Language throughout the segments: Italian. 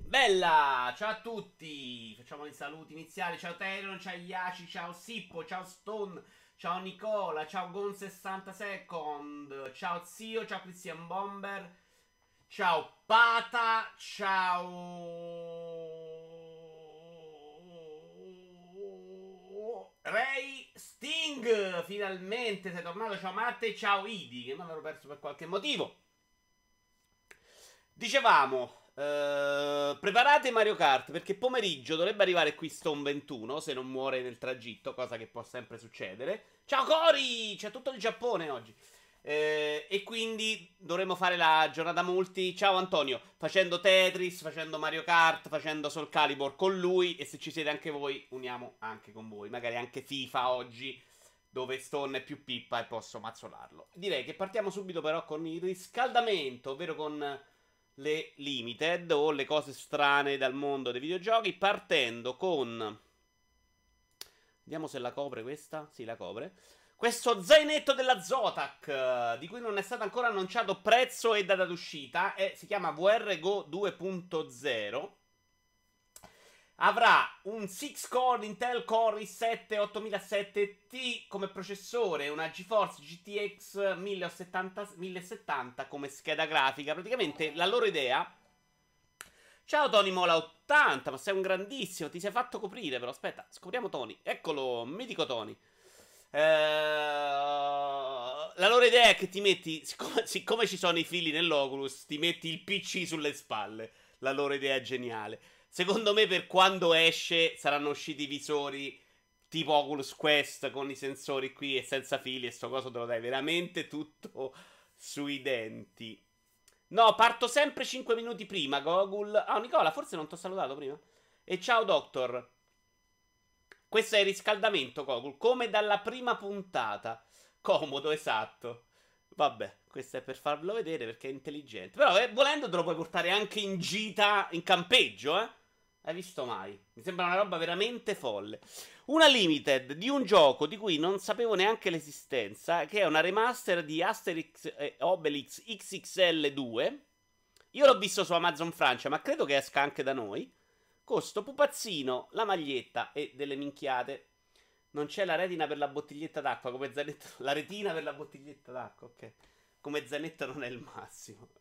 Bella! Ciao a tutti! Facciamo i saluti iniziali. Ciao Tyron, ciao Yashi, ciao Sippo, ciao Stone, ciao Nicola, ciao Gon60 Second, ciao Zio, ciao Christian Bomber, ciao Pata, ciao Ray Sting! Finalmente sei tornato, ciao Matte, ciao Idi, che mi avevo perso per qualche motivo. Dicevamo, preparate Mario Kart perché pomeriggio dovrebbe arrivare qui Stone 21 se non muore nel tragitto, cosa che può sempre succedere. Ciao Cori! C'è tutto il Giappone oggi. E quindi dovremo fare la giornata multi. Ciao Antonio, facendo Tetris, facendo Mario Kart, facendo Soul Calibur con lui. E se ci siete anche voi, uniamo anche con voi. Magari anche FIFA oggi, dove Stone è più pippa e posso mazzolarlo. Direi che partiamo subito però con il riscaldamento, ovvero con le limited o le cose strane dal mondo dei videogiochi, partendo con... Vediamo se la copre questa. Sì, la copre. Questo zainetto della Zotac, di cui non è stato ancora annunciato prezzo e data d'uscita, si chiama VR Go 2.0. Avrà un 6-core Intel Core i7 8007T come processore, una GeForce GTX 1070 come scheda grafica. Praticamente la loro idea... Ciao Tony Mola 80, ma sei un grandissimo, ti sei fatto coprire però, aspetta, scopriamo Tony. Eccolo, mitico Tony. La loro idea è che ti metti, siccome ci sono i fili nell'Oculus, ti metti il PC sulle spalle. La loro idea è geniale. Secondo me per quando esce saranno usciti i visori tipo Oculus Quest con i sensori qui e senza fili e sto coso te lo dai veramente tutto sui denti. No, parto sempre 5 minuti prima, Gogul. Ah, Nicola, forse non ti ho salutato prima. E ciao, Doctor. Questo è il riscaldamento, Gogul, come dalla prima puntata. Comodo, esatto. Vabbè, questo è per farvelo vedere perché è intelligente. Però, volendo, te lo puoi portare anche in gita, in campeggio, eh? Hai visto mai? Mi sembra una roba veramente folle. Una limited di un gioco di cui non sapevo neanche l'esistenza, che è una remaster di Asterix e Obelix XXL 2. Io l'ho visto su Amazon Francia, ma credo che esca anche da noi. Costo pupazzino, la maglietta e delle minchiate. Non c'è la retina per la bottiglietta d'acqua, come Zanetto. La retina per la bottiglietta d'acqua, ok. Come Zanetto non è il massimo.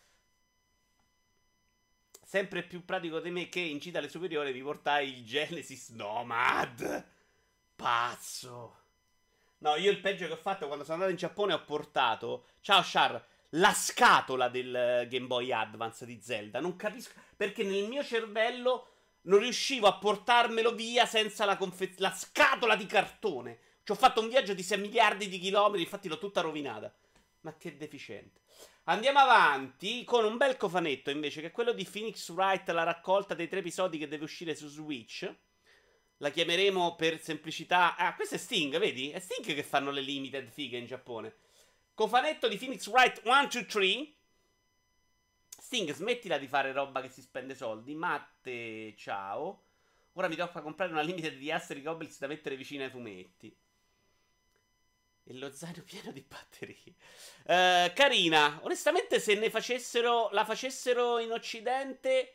Sempre più pratico di me che in gita alle superiori vi portai il Genesis Nomad. Pazzo. No, io il peggio che ho fatto quando sono andato in Giappone ho portato... Ciao Char, la scatola del Game Boy Advance di Zelda. Non capisco... Perché nel mio cervello non riuscivo a portarmelo via senza la scatola di cartone. Ci ho fatto un viaggio di 6 miliardi di chilometri, infatti l'ho tutta rovinata. Ma che deficiente. Andiamo avanti con un bel cofanetto invece, che è quello di Phoenix Wright, la raccolta dei 3 episodi che deve uscire su Switch. La chiameremo per semplicità... Ah, questo è Sting, vedi? È Sting che fanno le limited fighe in Giappone. Cofanetto di Phoenix Wright 1, 2, 3. Sting, smettila di fare roba che si spende soldi. Matte, ciao. Ora mi tocca comprare una limited di Asterix Obelix da mettere vicino ai fumetti. E lo zaino pieno di batterie. Carina. Onestamente, se ne facessero. La facessero in Occidente.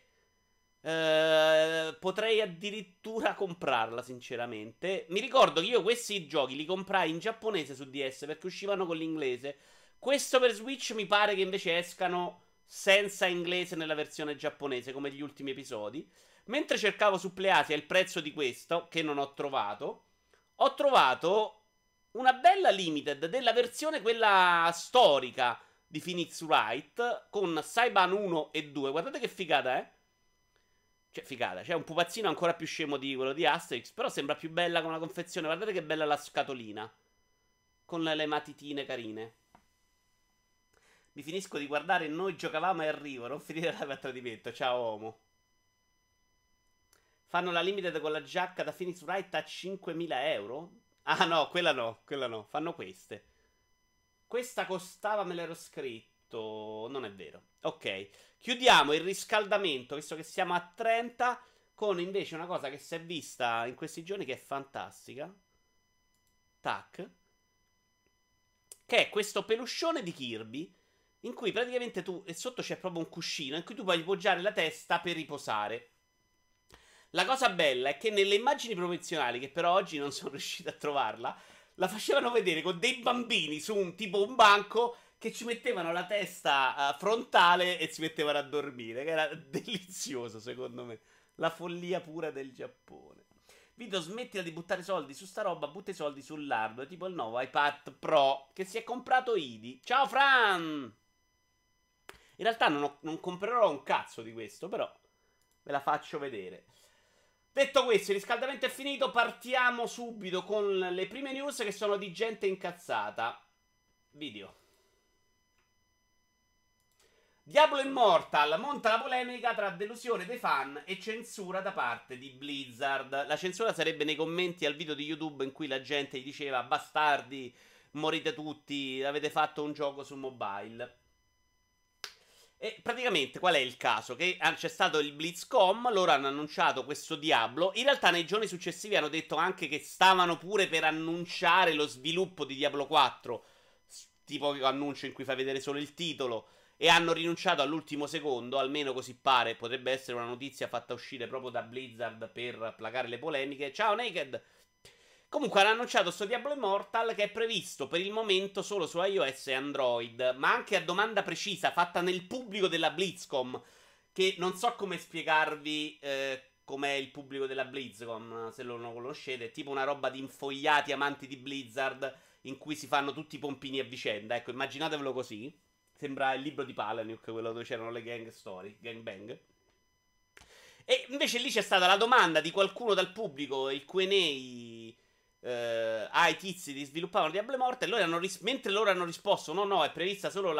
Potrei addirittura comprarla, sinceramente. Mi ricordo che io questi giochi li comprai in giapponese su DS perché uscivano con l'inglese. Questo per Switch mi pare che invece escano senza inglese nella versione giapponese, come gli ultimi episodi. Mentre cercavo su PlayAsia il prezzo di questo, che non ho trovato una bella limited della versione quella storica di Phoenix Wright con Saiban 1 e 2. Guardate che figata, eh? Cioè, figata, c'è un pupazzino ancora più scemo di quello di Asterix, però sembra più bella con la confezione. Guardate che bella la scatolina, con le matitine carine. Mi finisco di guardare Noi giocavamo e arrivo, non finire la tradimento. Ciao, Omo. Fanno la limited con la giacca da Phoenix Wright a 5.000 euro? Ah no, quella no, quella no. Fanno queste. Questa costava, me l'ero scritto. Non è vero. Ok. Chiudiamo il riscaldamento, visto che siamo a 30, con invece una cosa che si è vista in questi giorni che è fantastica. Tac. Che è questo peluscione di Kirby in cui praticamente tu, e sotto c'è proprio un cuscino, in cui tu puoi poggiare la testa per riposare. La cosa bella è che nelle immagini promozionali, che però oggi non sono riuscito a trovarla, la facevano vedere con dei bambini su un tipo un banco che ci mettevano la testa frontale e si mettevano a dormire, che era delizioso secondo me. La follia pura del Giappone. Vito, smettila di buttare soldi su sta roba, butta i soldi sull'hardware, tipo il nuovo iPad Pro che si è comprato Idi. Ciao Fran! In realtà non comprerò un cazzo di questo, però ve la faccio vedere. Detto questo, il riscaldamento è finito, partiamo subito con le prime news che sono di gente incazzata. Video. Diablo Immortal monta la polemica tra delusione dei fan e censura da parte di Blizzard. La censura sarebbe nei commenti al video di YouTube in cui la gente gli diceva bastardi, morite tutti, avete fatto un gioco su mobile. E praticamente qual è il caso? Che c'è stato il BlizzCon, loro hanno annunciato questo Diablo. In realtà nei giorni successivi hanno detto anche che stavano pure per annunciare lo sviluppo di Diablo 4. Tipo annuncio in cui fai vedere solo il titolo. E hanno rinunciato all'ultimo secondo, almeno così pare. Potrebbe essere una notizia fatta uscire proprio da Blizzard per placare le polemiche. Ciao Naked! Comunque hanno annunciato sto Diablo Immortal che è previsto per il momento solo su iOS e Android, ma anche a domanda precisa fatta nel pubblico della BlizzCon, che non so come spiegarvi com'è il pubblico della BlizzCon, se lo non conoscete, è tipo una roba di infogliati amanti di Blizzard in cui si fanno tutti i pompini a vicenda, ecco, immaginatevelo così. Sembra il libro di Palahniuk, quello dove c'erano le gang story, gang bang. E invece lì c'è stata la domanda di qualcuno dal pubblico, il Q&A ai tizi che sviluppavano Diablo Immortal. Mentre loro hanno risposto no, è prevista solo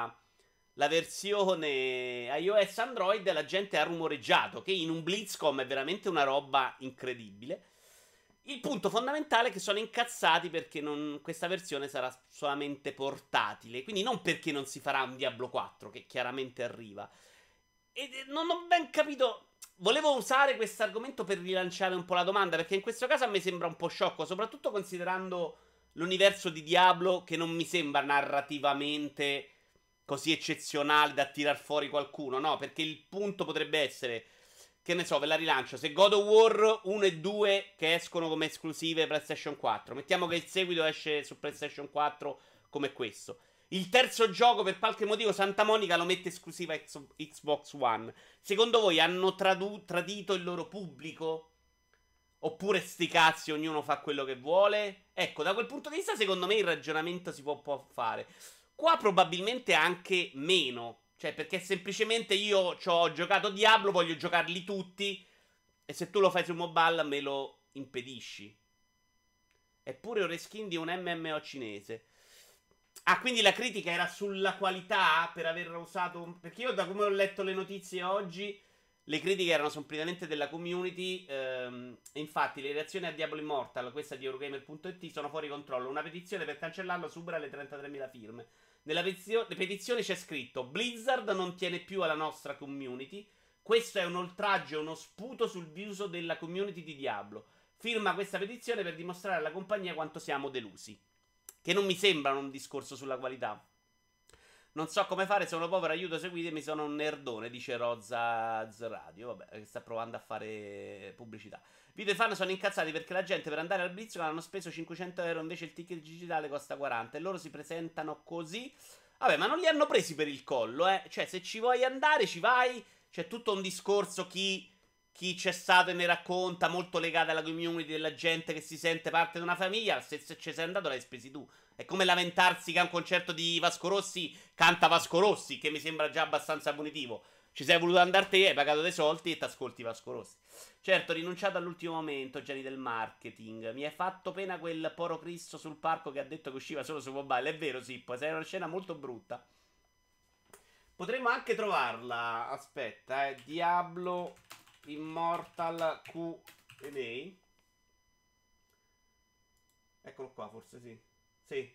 la versione iOS Android, la gente ha rumoreggiato che in un BlizzCon è veramente una roba incredibile. Il punto fondamentale è che sono incazzati perché questa versione sarà solamente portatile, quindi non perché non si farà un Diablo 4 che chiaramente arriva. E non ho ben capito. Volevo usare questo argomento per rilanciare un po' la domanda, perché in questo caso a me sembra un po' sciocco, soprattutto considerando l'universo di Diablo, che non mi sembra narrativamente così eccezionale da tirar fuori qualcuno, no? Perché il punto potrebbe essere, che ne so, ve la rilancio, se God of War 1 e 2 che escono come esclusive PlayStation 4, mettiamo che il seguito esce su PlayStation 4 come questo. Il terzo gioco, per qualche motivo, Santa Monica lo mette esclusiva Xbox One. Secondo voi hanno tradito il loro pubblico? Oppure sti cazzi, ognuno fa quello che vuole? Ecco, da quel punto di vista, secondo me il ragionamento si può fare. Qua probabilmente anche meno. Cioè, perché semplicemente io ho giocato Diablo, voglio giocarli tutti. E se tu lo fai su mobile me lo impedisci. Eppure un reskin di un MMO cinese. Ah, quindi la critica era sulla qualità per aver usato. Perché io, da come ho letto le notizie oggi, le critiche erano semplicemente della community. E infatti, le reazioni a Diablo Immortal, questa di Eurogamer.it, sono fuori controllo. Una petizione per cancellarlo supera le 33.000 firme. Nella petizione c'è scritto: Blizzard non tiene più alla nostra community. Questo è un oltraggio e uno sputo sul viso della community di Diablo. Firma questa petizione per dimostrare alla compagnia quanto siamo delusi. Che non mi sembra un discorso sulla qualità. Non so come fare, sono povero, aiuto, seguitemi, sono un nerdone, dice Rozaz Radio, vabbè, che sta provando a fare pubblicità. Video e fan sono incazzati perché la gente per andare al BlizzCon hanno speso 500 euro, invece il ticket digitale costa 40 e loro si presentano così. Vabbè, ma non li hanno presi per il collo, eh. Cioè, se ci vuoi andare, ci vai. C'è tutto un discorso chi c'è stato e ne racconta, molto legato alla community della gente che si sente parte di una famiglia. Se ci sei andato l'hai spesi tu. È come lamentarsi che a un concerto di Vasco Rossi canta Vasco Rossi, che mi sembra già abbastanza punitivo. Ci sei voluto andare te, hai pagato dei soldi e ti ascolti Vasco Rossi. Certo, rinunciato all'ultimo momento, geni del marketing. Mi hai fatto pena quel poro Cristo sul palco che ha detto che usciva solo su mobile. È vero, sì, poi sei una scena molto brutta. Potremmo anche trovarla. Aspetta, Diablo Immortal Q&A. Eccolo qua, forse sì. Sì.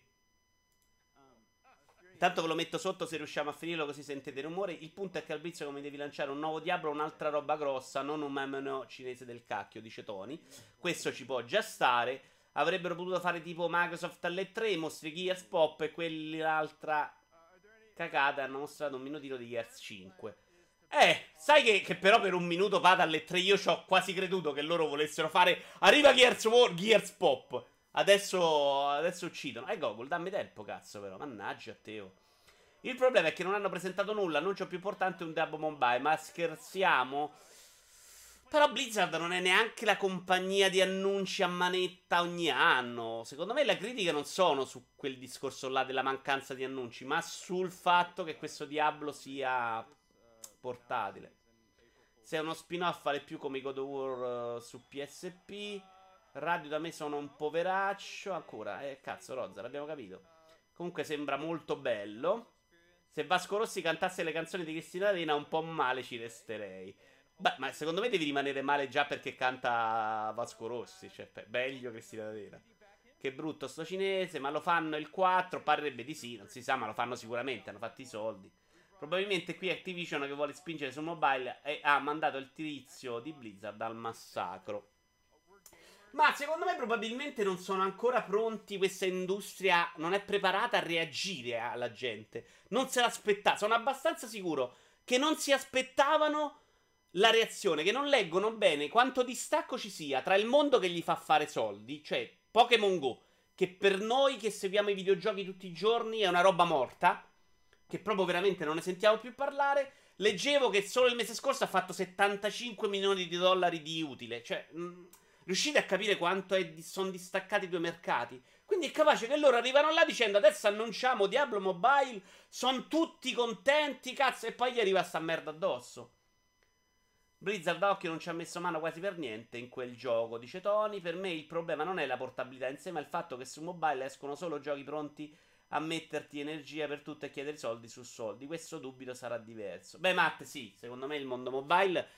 Intanto ve lo metto sotto se riusciamo a finirlo così sentite il rumore. Il punto è che al BlizzCon come devi lanciare un nuovo Diablo, un'altra roba grossa, non un MMO cinese del cacchio, dice Tony. Questo ci può già stare. Avrebbero potuto fare tipo Microsoft alle 3, mostri Gears Pop e quell'altra cacata e hanno mostrato un minutino di Gears 5. Sai che però per un minuto vada alle 3 io ci ho quasi creduto che loro volessero fare arriva Gears Pop. Adesso uccidono. Gogol, dammi tempo, cazzo, però. Mannaggia a te, oh. Il problema è che non hanno presentato nulla. L'annuncio più importante è un Diablo Mobile. Ma scherziamo? Però Blizzard non è neanche la compagnia di annunci a manetta ogni anno. Secondo me le critiche non sono su quel discorso là della mancanza di annunci, ma sul fatto che questo Diablo sia portatile. Se è uno spin-off vale più come i God of War su PSP. Radio da me sono un poveraccio. Ancora, cazzo, Rozza, l'abbiamo capito. Comunque sembra molto bello. Se Vasco Rossi cantasse le canzoni di Cristina D'Avena un po' male ci resterei. Beh, ma secondo me devi rimanere male già perché canta Vasco Rossi. Cioè, meglio Cristina D'Avena. Che brutto sto cinese, ma lo fanno il 4? Parrebbe di sì, non si sa, ma lo fanno sicuramente, hanno fatto i soldi. Probabilmente qui Activision che vuole spingere sul mobile ha mandato il tizio di Blizzard al massacro. Ma secondo me probabilmente non sono ancora pronti, questa industria non è preparata a reagire alla gente. Non se l'aspettava, sono abbastanza sicuro che non si aspettavano la reazione, che non leggono bene quanto distacco ci sia tra il mondo che gli fa fare soldi, cioè Pokémon Go, che per noi che seguiamo i videogiochi tutti i giorni è una roba morta, che proprio veramente non ne sentiamo più parlare. Leggevo che solo il mese scorso ha fatto 75 milioni di dollari di utile, cioè riuscite a capire quanto sono distaccati i due mercati? Quindi è capace che loro arrivano là dicendo adesso annunciamo Diablo Mobile, sono tutti contenti, cazzo, e poi gli arriva sta merda addosso. Blizzard a occhio non ci ha messo mano quasi per niente in quel gioco, dice Tony. Per me il problema non è la portabilità insieme al fatto che su mobile escono solo giochi pronti a metterti energia per tutto e chiedere soldi su soldi. Questo dubito sarà diverso. Beh, Matt, sì, secondo me il mondo mobile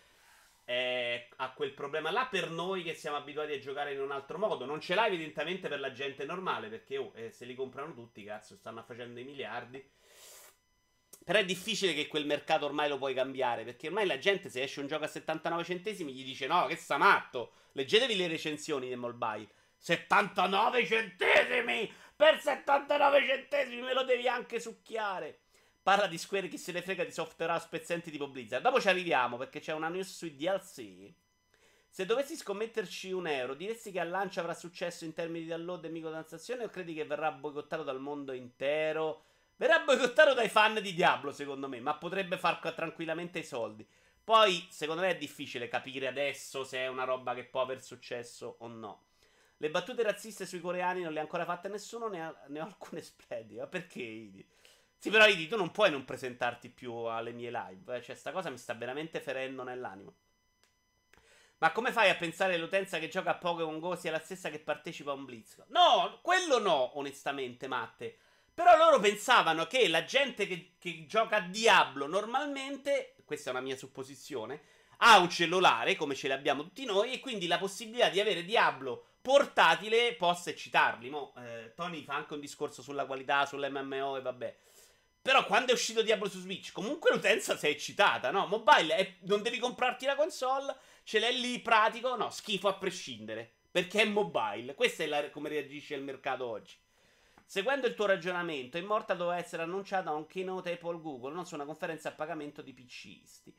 ha quel problema là per noi che siamo abituati a giocare in un altro modo. Non ce l'ha evidentemente per la gente normale, perché se li comprano tutti, cazzo, stanno facendo i miliardi. Però è difficile che quel mercato ormai lo puoi cambiare, perché ormai la gente se esce un gioco a 79 centesimi gli dice no, che sta matto. Leggetevi le recensioni del mobile. 79 centesimi! Per 79 centesimi me lo devi anche succhiare. Parla di Square, chi se ne frega di software house pezzenti tipo Blizzard. Dopo ci arriviamo, perché c'è una news sui DLC. Se dovessi scommetterci €1, diresti che al lancio avrà successo in termini di download e microtransazioni o credi che verrà boicottato dal mondo intero? Verrà boicottato dai fan di Diablo, secondo me, ma potrebbe far tranquillamente i soldi. Poi, secondo me è difficile capire adesso se è una roba che può aver successo o no. Le battute razziste sui coreani non le ha ancora fatte nessuno, ne ho alcune splendide. Ma perché, Idi? Sì, però Idi, tu non puoi non presentarti più alle mie live. Cioè, sta cosa mi sta veramente ferendo nell'animo. Ma come fai a pensare che l'utenza che gioca a Pokémon Go sia la stessa che partecipa a un Blitz? No, quello no, onestamente, Matte. Però loro pensavano che la gente che gioca a Diablo normalmente, questa è una mia supposizione, ha un cellulare, come ce l'abbiamo tutti noi, e quindi la possibilità di avere Diablo portatile possa eccitarli. Tony fa anche un discorso sulla qualità, sull'MMO e vabbè. Però quando è uscito Diablo su Switch, comunque l'utenza si è eccitata, no? Mobile, non devi comprarti la console, ce l'hai lì pratico, no, schifo a prescindere, perché è mobile. Questa è come reagisce il mercato oggi. Seguendo il tuo ragionamento, Immortal doveva essere annunciato a un keynote Apple Google, non su una conferenza a pagamento di PCisti.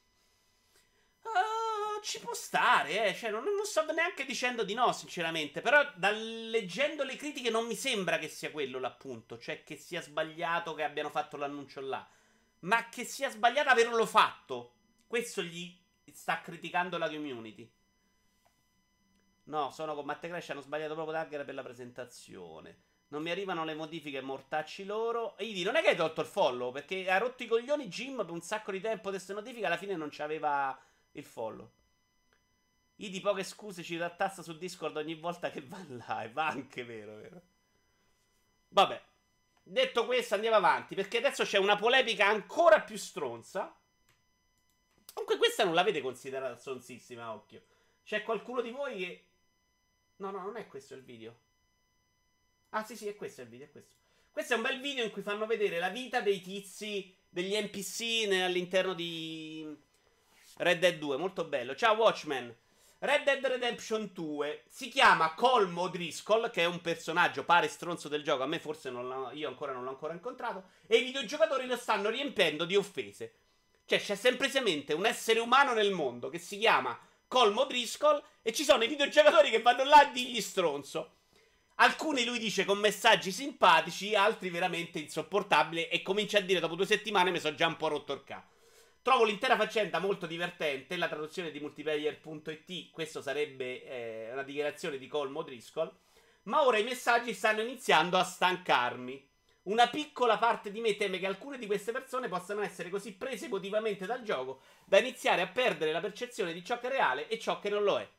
Ci può stare, cioè, non sto neanche dicendo di no, sinceramente. Però, leggendo le critiche, non mi sembra che sia quello l'appunto. Cioè, che sia sbagliato che abbiano fatto l'annuncio là. Ma che sia sbagliato averlo fatto. Questo gli sta criticando la community. No, sono con Matte Crash, hanno sbagliato proprio tagger per la presentazione. Non mi arrivano le modifiche, mortacci loro. Idi, non è che hai tolto il follow, perché ha rotto i coglioni Jim per un sacco di tempo queste notifiche, alla fine non c'aveva il follow. Idi, poche scuse, ci rattassa su Discord ogni volta che va in live. Anche vero, vero. Vabbè. Detto questo, andiamo avanti, perché adesso c'è una polemica ancora più stronza. Comunque questa non l'avete considerata stronzissima, occhio. C'è qualcuno di voi che... No, non è questo il video. Ah, sì, è questo il video, è questo. Questo è un bel video in cui fanno vedere la vita dei tizi, degli NPC all'interno di Red Dead 2, molto bello. Ciao Watchmen. Red Dead Redemption 2 si chiama Colm O'Driscoll, che è un personaggio pare stronzo del gioco. A me forse io ancora non l'ho ancora incontrato. E i videogiocatori lo stanno riempendo di offese. Cioè c'è semplicemente un essere umano nel mondo che si chiama Colm O'Driscoll e ci sono i videogiocatori che vanno là a dirgli stronzo. Alcuni lui dice con messaggi simpatici, altri veramente insopportabili, e comincia a dire dopo 2 settimane mi sono già un po' rotto il capo. Trovo l'intera faccenda molto divertente. La traduzione di multiplayer.it, questo sarebbe una dichiarazione di Colm O'Driscoll. Ma ora i messaggi stanno iniziando a stancarmi. Una piccola parte di me teme che alcune di queste persone possano essere così prese emotivamente dal gioco da iniziare a perdere la percezione di ciò che è reale e ciò che non lo è.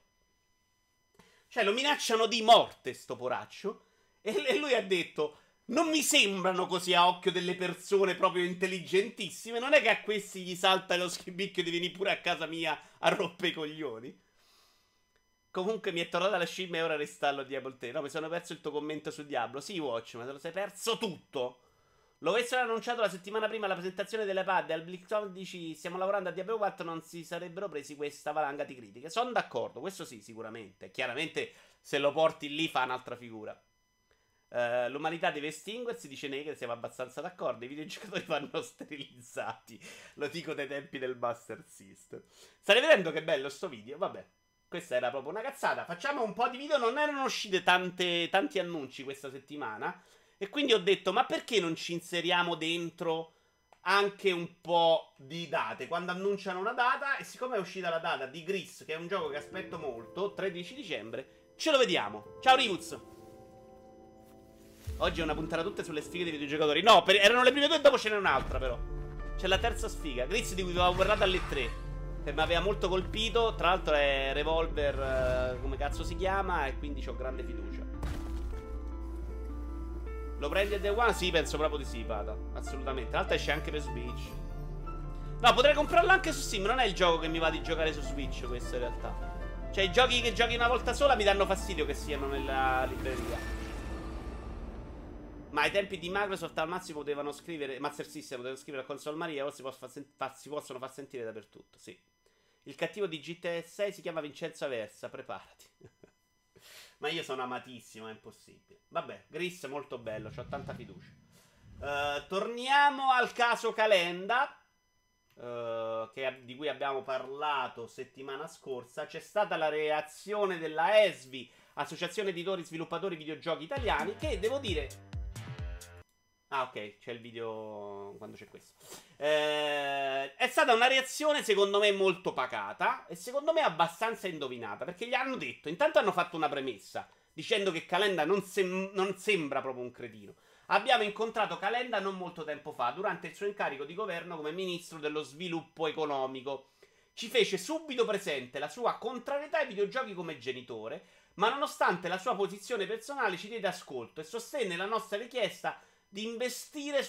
Cioè lo minacciano di morte sto poraccio. E lui ha detto: non mi sembrano così a occhio delle persone proprio intelligentissime. Non è che a questi gli salta lo schibicchio di venire pure a casa mia a rompere i coglioni. Comunque mi è tornata la scimmia e ora ristallo Diablo 3. No, mi sono perso il tuo commento su Diablo. Sì, Watch, ma te lo sei perso tutto. Lo avessero annunciato la settimana prima alla presentazione delle pad e al BlizzCon dici stiamo lavorando a Diablo 4, non si sarebbero presi questa valanga di critiche. Sono d'accordo, questo sì, sicuramente. Chiaramente se lo porti lì fa un'altra figura. L'umanità deve estinguersi, dice Naked, siamo abbastanza d'accordo. I videogiocatori vanno sterilizzati. Lo dico dai tempi del Master System. State vedendo che bello sto video? Vabbè, questa era proprio una cazzata. Facciamo un po' di video. Non erano uscite tanti annunci questa settimana, e quindi ho detto, ma perché non ci inseriamo dentro anche un po' di date? Quando annunciano una data, e siccome è uscita la data di Gris, che è un gioco che aspetto molto, 13 dicembre, ce lo vediamo. Ciao Rivuz! Oggi è una puntata tutta sulle sfighe dei videogiocatori. No, erano le prime due e dopo ce n'è un'altra però. C'è la terza sfiga, Gris, di cui vi avevo parlato alle 3, che mi aveva molto colpito. Tra l'altro è Revolver, come cazzo si chiama, e quindi ho grande fiducia. Lo prendi a Day One? Sì, penso proprio di sì, Pata. Assolutamente. Tra l'altro esce anche per Switch. No, potrei comprarlo anche su Steam. Non è il gioco che mi va di giocare su Switch, questo in realtà. Cioè i giochi che giochi una volta sola mi danno fastidio che siano nella libreria. Ma ai tempi di Microsoft al massimo potevano scrivere Master System, potevano scrivere a console Maria, ora si possono far sentire dappertutto, sì. Il cattivo di GTA 6 si chiama Vincenzo Aversa, preparati. Ma io sono amatissimo, è impossibile. Vabbè, Gris molto bello, ho tanta fiducia. Torniamo al caso Calenda, di cui abbiamo parlato settimana scorsa. C'è stata la reazione della ESVI, Associazione Editori Sviluppatori Videogiochi Italiani, che devo dire... Ah, ok, c'è il video quando c'è questo. È stata una reazione secondo me molto pacata e secondo me abbastanza indovinata, perché gli hanno detto, intanto hanno fatto una premessa dicendo che Calenda non sembra proprio un cretino. Abbiamo incontrato Calenda non molto tempo fa durante il suo incarico di governo come ministro dello sviluppo economico. Ci fece subito presente la sua contrarietà ai videogiochi come genitore, ma nonostante la sua posizione personale ci diede ascolto e sostenne la nostra richiesta di investire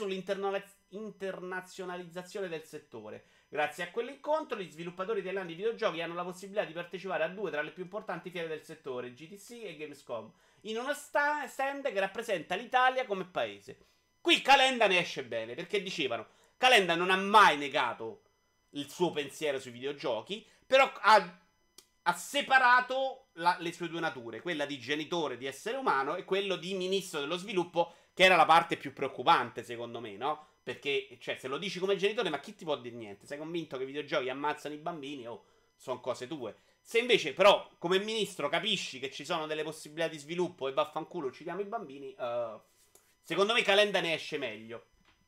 sull'internazionalizzazione del settore. Grazie a quell'incontro gli sviluppatori italiani di videogiochi hanno la possibilità di partecipare a 2 tra le più importanti fiere del settore, GDC e Gamescom, in uno stand che rappresenta l'Italia come paese. Qui Calenda ne esce bene, perché dicevano Calenda non ha mai negato il suo pensiero sui videogiochi, però ha separato le sue 2 nature, quella di genitore, di essere umano, e quello di ministro dello sviluppo, che era la parte più preoccupante secondo me, no? Perché, cioè, se lo dici come genitore, ma chi ti può dire niente? Sei convinto che i videogiochi ammazzano i bambini? Oh, sono cose tue. Se invece, però, come ministro capisci che ci sono delle possibilità di sviluppo e vaffanculo uccidiamo i bambini, secondo me Calenda ne esce meglio.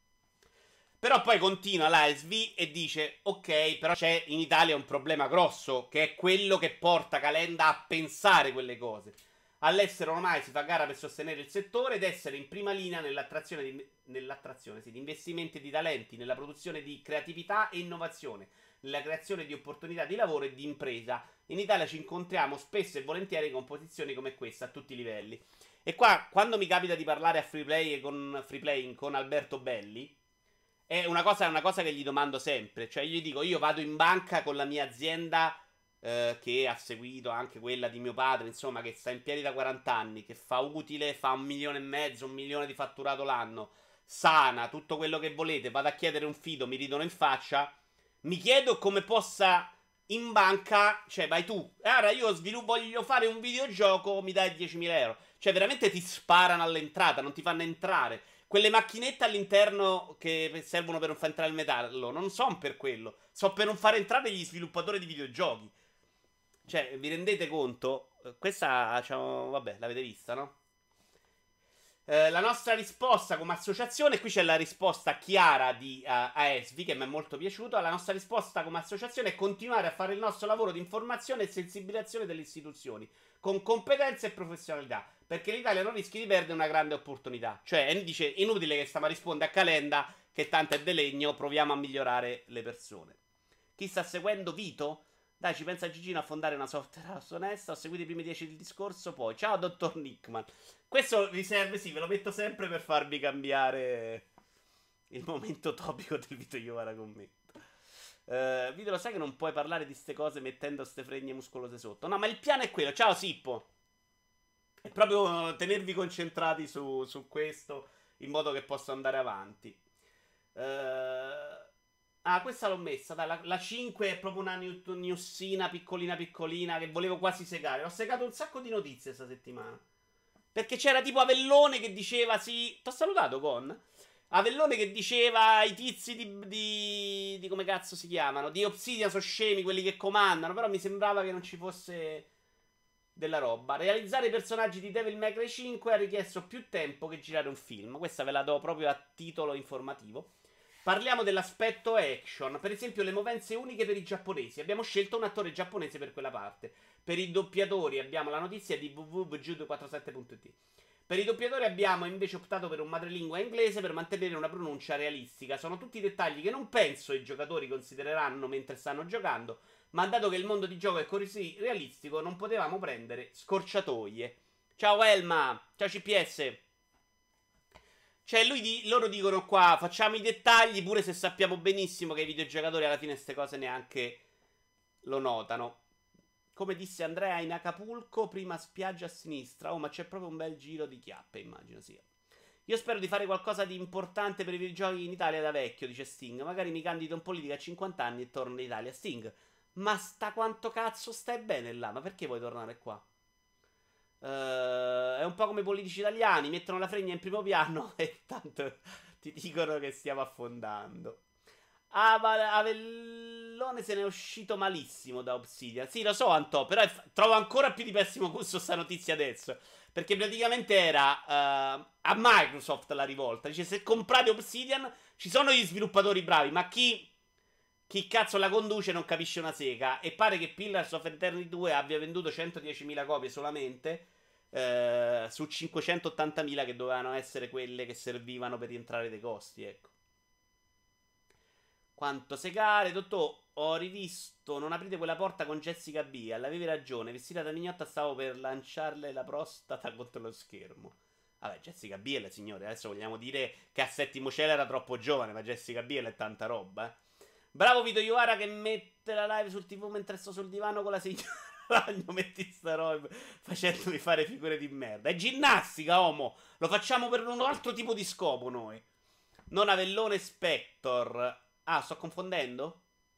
Però poi continua l'ASV e dice, ok, però c'è in Italia un problema grosso, che è quello che porta Calenda a pensare quelle cose. All'estero ormai si fa gara per sostenere il settore ed essere in prima linea nell'attrazione di investimenti e di talenti, nella produzione di creatività e innovazione, nella creazione di opportunità di lavoro e di impresa. In Italia ci incontriamo spesso e volentieri con posizioni come questa a tutti i livelli. E qua, quando mi capita di parlare a free playing con Alberto Belli, è una cosa che gli domando sempre. Cioè gli dico, io vado in banca con la mia azienda, che ha seguito anche quella di mio padre, insomma, che sta in piedi da 40 anni, che fa utile, fa 1,5 milioni, 1 milione di fatturato l'anno, sana, tutto quello che volete, vado a chiedere un fido, mi ridono in faccia. Mi chiedo come possa in banca, cioè vai tu, allora io voglio fare un videogioco, mi dai 10.000 euro. Cioè veramente ti sparano all'entrata, non ti fanno entrare. Quelle macchinette all'interno che servono per non far entrare il metallo, non sono per quello, sono per non far entrare gli sviluppatori di videogiochi. Cioè, vi rendete conto? Questa, diciamo, vabbè, l'avete vista, no? La nostra risposta come associazione, qui c'è la risposta chiara di AESVI che mi è molto piaciuta. La nostra risposta come associazione è continuare a fare il nostro lavoro di informazione e sensibilizzazione delle istituzioni con competenza e professionalità, perché l'Italia non rischi di perdere una grande opportunità. Cioè, dice inutile che stiamo a rispondere a Calenda che tanto è de legno, proviamo a migliorare le persone. Chi sta seguendo Vito? Dai, ci pensa Gigino a fondare una software house onesta. Ho seguito i primi 10 del discorso. Poi, ciao, dottor Nickman. Questo riserve, sì, ve lo metto sempre per farvi cambiare il momento topico del Vito Iovara commento. Vito, lo sai che non puoi parlare di ste cose mettendo ste fregne muscolose sotto? No, ma il piano è quello. Ciao, Sippo. È proprio tenervi concentrati su questo in modo che possa andare avanti. Questa l'ho messa. Dai, la 5 è proprio una newsina piccolina piccolina che volevo quasi segare. Ho segato un sacco di notizie questa settimana. Perché c'era tipo Avellone che diceva sì. T'ho salutato con? Avellone che diceva i tizi di come cazzo si chiamano? Di Obsidian sono scemi quelli che comandano. Però mi sembrava che non ci fosse della roba. Realizzare i personaggi di Devil May Cry 5 ha richiesto più tempo che girare un film. Questa ve la do proprio a titolo informativo. Parliamo dell'aspetto action. Per esempio le movenze uniche per i giapponesi. Abbiamo scelto un attore giapponese per quella parte. Per i doppiatori abbiamo la notizia di www.judo47.it. Per i doppiatori abbiamo invece optato per un madrelingua inglese per mantenere una pronuncia realistica. Sono tutti dettagli che non penso i giocatori considereranno mentre stanno giocando, ma dato che il mondo di gioco è così realistico non potevamo prendere scorciatoie. Ciao Elma, ciao CPS. Cioè loro dicono qua facciamo i dettagli pure se sappiamo benissimo che i videogiocatori alla fine queste cose neanche lo notano. Come disse Andrea in Acapulco, prima spiaggia a sinistra. Oh, ma c'è proprio un bel giro di chiappe, immagino sia. Io spero di fare qualcosa di importante per i videogiochi in Italia da vecchio, dice Sting. Magari mi candido in politica a 50 anni e torno in Italia. Sting, ma sta quanto cazzo stai bene là? Ma perché vuoi tornare qua? È un po' come i politici italiani, mettono la fregna in primo piano e tanto ti dicono che stiamo affondando. Avellone se ne è uscito malissimo da Obsidian. Sì, lo so, Antò, però trovo ancora più di pessimo gusto sta notizia adesso. Perché praticamente era a Microsoft la rivolta. Dice, se comprate Obsidian, ci sono gli sviluppatori bravi, ma chi cazzo la conduce non capisce una sega. E pare che Pillars of Eternity 2 abbia venduto 110.000 copie solamente su 580.000 che dovevano essere quelle che servivano per rientrare dei costi, ecco. Quanto segare, dottor, ho rivisto Non aprite quella porta con Jessica Biel. Avevi ragione, vestita da mignotta stavo per lanciarle la prostata contro lo schermo. Vabbè, Jessica Biel, signore, adesso vogliamo dire che a Settimo Cielo era troppo giovane, ma Jessica Biel è tanta roba, eh. Bravo Vito Iovara che mette la live sul TV mentre sto sul divano con la signora Ragno, metti sta roba facendomi fare figure di merda. È ginnastica, uomo. Lo facciamo per un altro tipo di scopo noi. Non Avellone Spector. Ah, sto confondendo?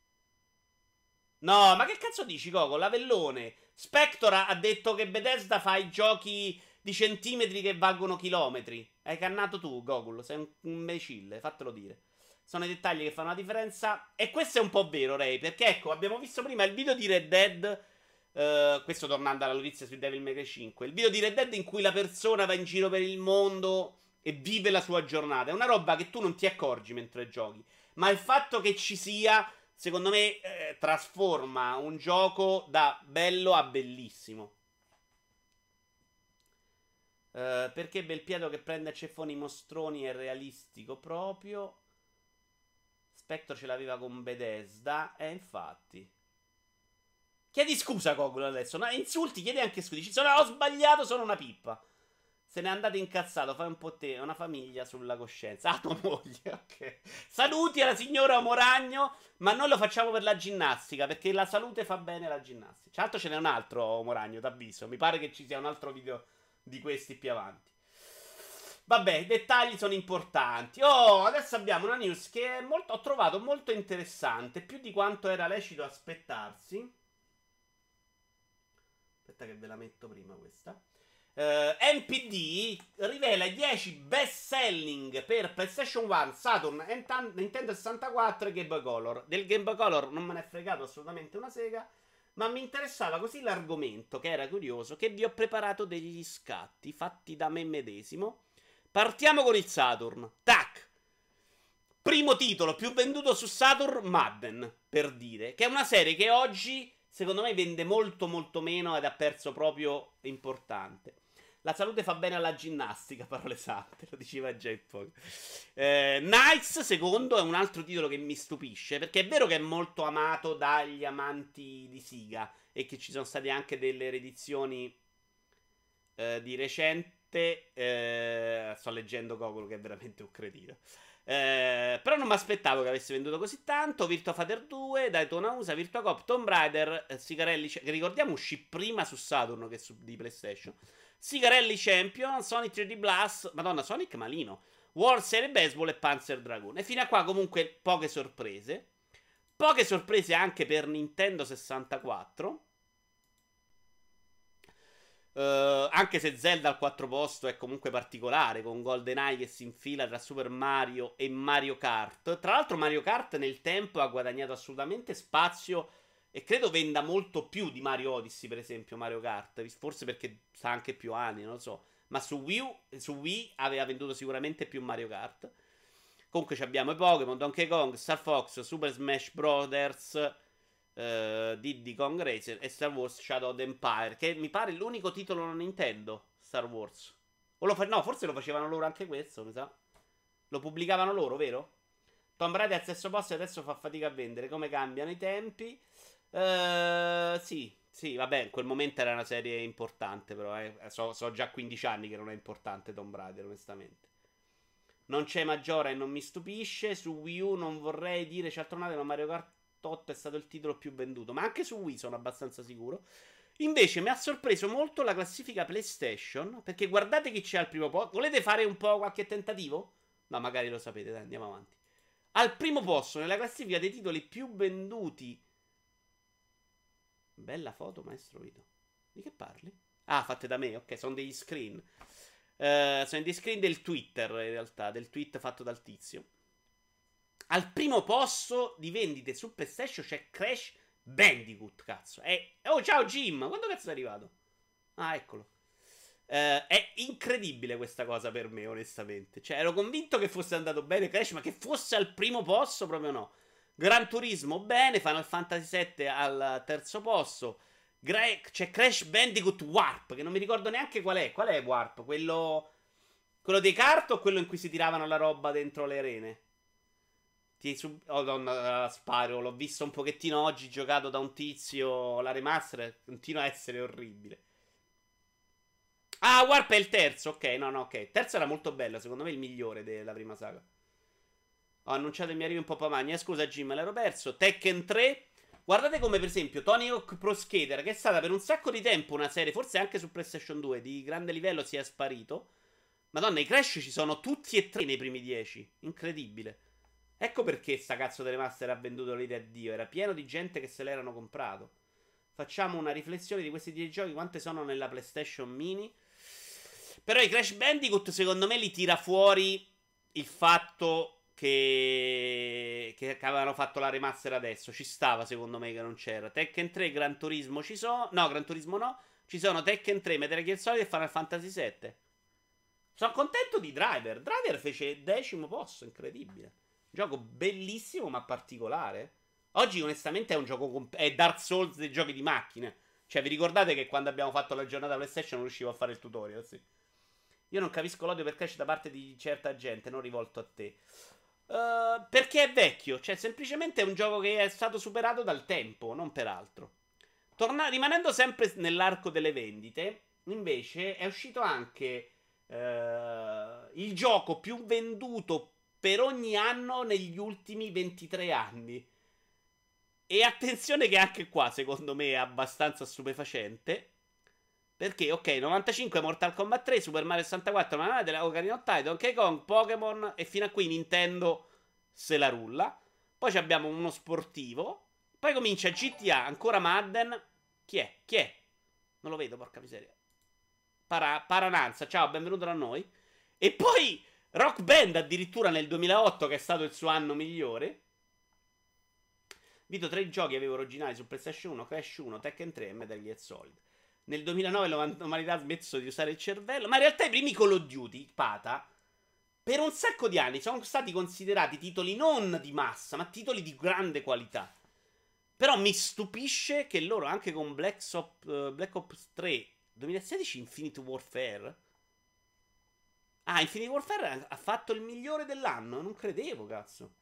No, ma che cazzo dici, Coco? L'Avellone. Spector ha detto che Bethesda fa i giochi di centimetri che valgono chilometri. Hai cannato tu, Gogul. Sei un imbecille, fatelo dire. Sono i dettagli che fanno la differenza. E questo è un po' vero, Ray. Perché ecco, abbiamo visto prima il video di Red Dead. Questo tornando alla notizia su Devil May Cry 5. Il video di Red Dead in cui la persona va in giro per il mondo e vive la sua giornata. È una roba che tu non ti accorgi mentre giochi. Ma il fatto che ci sia, secondo me, trasforma un gioco da bello a bellissimo. Perché Belpietro che prende a ceffoni i mostroni è realistico proprio. Spectre ce l'aveva con Bethesda. Infatti. Chiedi scusa, Gogol, adesso. No, insulti, chiedi anche scusa. Dici, ho sbagliato, sono una pippa. Se n'è andato incazzato, fai un po' te, una famiglia sulla coscienza. Ah, tua moglie, ok. Saluti alla signora Moragno, ma noi lo facciamo per la ginnastica, perché la salute fa bene alla ginnastica. Tra l'altro ce n'è un altro, Moragno, t'avviso. Mi pare che ci sia un altro video di questi più avanti. Vabbè, i dettagli sono importanti. Oh, adesso abbiamo una news che ho trovato molto interessante, più di quanto era lecito aspettarsi. Aspetta che ve la metto prima questa. NPD rivela i 10 best selling per PlayStation 1, Saturn, Nintendo 64 e Game Boy Color. Del Game Boy Color non me ne è fregato assolutamente una sega, ma mi interessava così l'argomento, che era curioso, che vi ho preparato degli scatti fatti da me medesimo. Partiamo con il Saturn. Tac! Primo titolo più venduto su Saturn, Madden, per dire. Che è una serie che oggi, secondo me, vende molto molto meno ed ha perso proprio importante. La salute fa bene alla ginnastica, parole sante, lo diceva già il poco. Knights, secondo, è un altro titolo che mi stupisce, perché è vero che è molto amato dagli amanti di Sega e che ci sono state anche delle riedizioni di recente. Sto leggendo Gogol, che è veramente un cretino. Però non mi aspettavo che avesse venduto così tanto. Virtua Fighter 2, Daytona USA, Virtua Cop, Tomb Raider, Sigarelli, che ricordiamo uscì prima su Saturn che di PlayStation. Sigarelli Champion, Sonic 3D Blast, Madonna, Sonic malino, World Series Baseball e Panzer Dragoon. E fino a qua comunque poche sorprese. Poche sorprese anche per Nintendo 64. Anche se Zelda al 4 posto è comunque particolare, con GoldenEye che si infila tra Super Mario e Mario Kart. Tra l'altro Mario Kart nel tempo ha guadagnato assolutamente spazio e credo venda molto più di Mario Odyssey, per esempio, Mario Kart, forse perché sta anche più anni, non lo so. Ma su Wii aveva venduto sicuramente più Mario Kart. Comunque abbiamo i Pokémon, Donkey Kong, Star Fox, Super Smash Bros., Diddy Kong Racer e Star Wars Shadow of the Empire, che mi pare l'unico titolo non Nintendo, Star Wars. No, forse lo facevano loro anche questo, mi sa. Lo pubblicavano loro, vero? Tomb Raider al stesso posto e adesso fa fatica a vendere. Come cambiano i tempi? Sì, vabbè, in quel momento era una serie importante, però so già 15 anni che non è importante Tomb Raider, onestamente. Non c'è Maggiora e non mi stupisce. Su Wii U non vorrei dire cialtronate, ma Mario Kart 8 è stato il titolo più venduto. Ma anche su Wii sono abbastanza sicuro. Invece mi ha sorpreso molto la classifica PlayStation, perché guardate chi c'è al primo posto. Volete fare un po' qualche tentativo? No, magari lo sapete, dai, andiamo avanti. Al primo posto nella classifica dei titoli più venduti. Bella foto, maestro Vito. Di che parli? Ah, fatte da me, ok, sono degli screen. Sono degli screen del Twitter, in realtà, del tweet fatto dal tizio. Al primo posto di vendite su PlayStation c'è Crash Bandicoot, cazzo. Oh, ciao Jim, quando cazzo è arrivato? Ah, eccolo. È incredibile questa cosa per me, onestamente. Cioè, ero convinto che fosse andato bene Crash, ma che fosse al primo posto proprio no. Gran Turismo bene, Final Fantasy VII al terzo posto. C'è Crash Bandicoot Warp, che non mi ricordo neanche qual è. Qual è Warp? Quello dei kart o quello in cui si tiravano la roba dentro le arene? Oh, donna, Spyro, l'ho visto un pochettino oggi, giocato da un tizio, la remaster, continua a essere orribile. Ah, Warp è il terzo, ok, no, ok. Il terzo era molto bello, secondo me il migliore della prima saga. Ho annunciato il mio arrivo in Poppa Magna, scusa Jim, l'ero perso. Tekken 3. Guardate come per esempio Tony Hawk Pro Skater, che è stata per un sacco di tempo una serie, forse anche su PlayStation 2, di grande livello, si è sparito. Madonna, i Crash ci sono tutti e tre nei primi 10. Incredibile. Ecco perché sta cazzo delle master ha venduto l'idea a Dio. Era pieno di gente che se l'erano comprato. Facciamo una riflessione di questi 10 giochi. Quante sono nella PlayStation Mini? Però i Crash Bandicoot secondo me li tira fuori il fatto che avevano fatto la remaster adesso. Ci stava secondo me che non c'era. Tekken 3, Gran Turismo ci sono. No, Gran Turismo no. Ci sono Tekken 3, Metal Gear Solid e Final Fantasy 7. Sono contento di Driver. Driver fece 10° posto, incredibile. Gioco bellissimo ma particolare. Oggi onestamente è un gioco è Dark Souls dei giochi di macchine. Cioè vi ricordate che quando abbiamo fatto la giornata PlayStation non riuscivo a fare il tutorial, sì. Io non capisco l'odio per Crash da parte di certa gente, non rivolto a te. Perché è vecchio, cioè semplicemente è un gioco che è stato superato dal tempo, non per altro. Rimanendo sempre nell'arco delle vendite, invece è uscito anche il gioco più venduto per ogni anno negli ultimi 23 anni. E attenzione che anche qua, secondo me, è abbastanza stupefacente. Perché, ok, 95 Mortal Kombat 3, Super Mario 64, Ocarina of Time, Donkey Kong, Pokémon e fino a qui Nintendo se la rulla. Poi abbiamo uno sportivo. Poi comincia GTA, ancora Madden. Chi è? Chi è? Non lo vedo, porca miseria. Parananza, ciao, benvenuto da noi. E poi Rock Band addirittura nel 2008, che è stato il suo anno migliore. Vito 3 giochi avevo originali su PlayStation 1, Crash 1, Tekken 3 e Metal Gear Solid. Nel 2009 l'umanità ha smesso di usare il cervello. Ma in realtà i primi Call of Duty, Pata, per un sacco di anni sono stati considerati titoli non di massa, ma titoli di grande qualità. Però mi stupisce che loro, anche con Black Ops 3 2016, Infinite Warfare. Ah, Infinite Warfare ha fatto il migliore dell'anno. Non credevo, cazzo.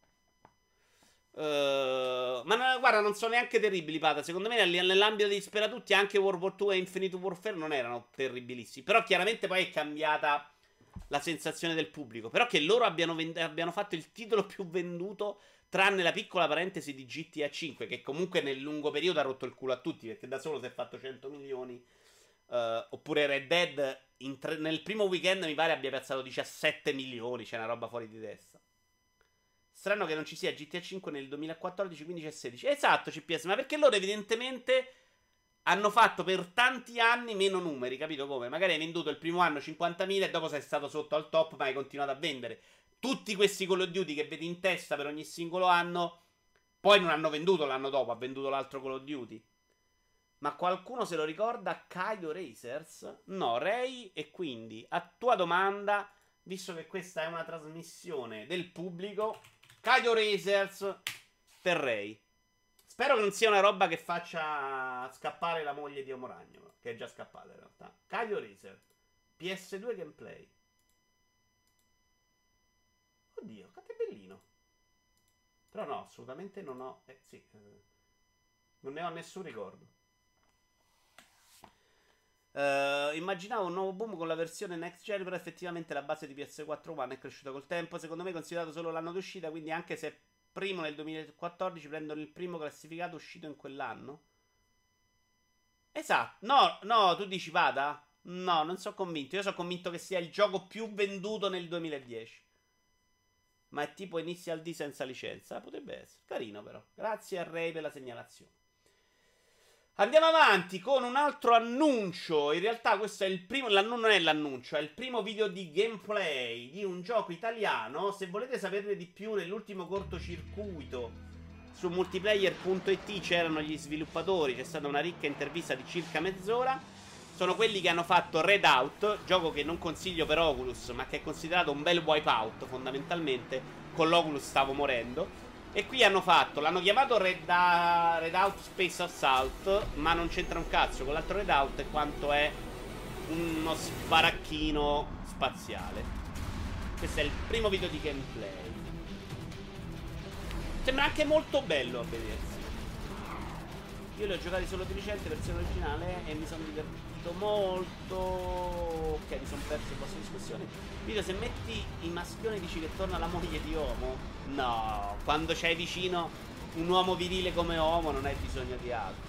Guarda, non sono neanche terribili, Pata. Secondo me, nell'ambito di Speratutti, anche World War 2 e Infinite Warfare non erano terribilissimi. Però, chiaramente, poi è cambiata la sensazione del pubblico. Però, che loro abbiano fatto il titolo più venduto, tranne la piccola parentesi di GTA 5, che comunque nel lungo periodo ha rotto il culo a tutti, perché da solo si è fatto 100 milioni. Oppure Red Dead nel primo weekend mi pare abbia piazzato 17 milioni. C'è una roba fuori di testa. Strano che non ci sia GTA 5 nel 2014, 15 e 16. Esatto, CPS, ma perché loro evidentemente hanno fatto per tanti anni meno numeri, capito come? Magari hai venduto il primo anno 50.000 e dopo sei stato sotto al top, ma hai continuato a vendere. Tutti questi Call of Duty che vedi in testa per ogni singolo anno, poi non hanno venduto l'anno dopo, ha venduto l'altro Call of Duty. Ma qualcuno se lo ricorda? Kaido Racers? No, Ray. E quindi, a tua domanda, visto che questa è una trasmissione del pubblico, Kaido Racers per Ray. Spero che non sia una roba che faccia scappare la moglie di Omoragno, che è già scappata in realtà. Kaido Racer, PS2 gameplay. Oddio, cazzo è bellino. Però no, assolutamente non ho... sì, non ne ho nessun ricordo. Immaginavo un nuovo boom con la versione next gen, però effettivamente la base di PS4 One è cresciuta col tempo. Secondo me è considerato solo l'anno d'uscita, quindi anche se primo nel 2014 prendono il primo classificato uscito in quell'anno. Esatto, no, no, tu dici vada? No, non sono convinto. Io sono convinto che sia il gioco più venduto nel 2010. Ma è tipo Initial D senza licenza. Potrebbe essere. Carino però. Grazie a Ray per la segnalazione. Andiamo avanti con un altro annuncio. In realtà questo è il primo, non è l'annuncio, è il primo video di gameplay di un gioco italiano. Se volete saperne di più, nell'ultimo cortocircuito su multiplayer.it c'erano gli sviluppatori, c'è stata una ricca intervista di circa mezz'ora. Sono quelli che hanno fatto Redout, gioco che non consiglio per Oculus, ma che è considerato un bel wipeout fondamentalmente. Con l'Oculus stavo morendo. E qui l'hanno chiamato Redout Space Assault, ma non c'entra un cazzo con l'altro Redout in quanto è uno sparacchino spaziale. Questo è il primo video di gameplay. Sembra anche molto bello a vedersi. Io li ho giocati solo di recente, versione originale, e mi sono divertito molto. Ok, mi sono perso in vostra discussione. Video, se metti i maschioni dici che torna la moglie di Homo? No, quando c'hai vicino un uomo virile come Homo non hai bisogno di altro.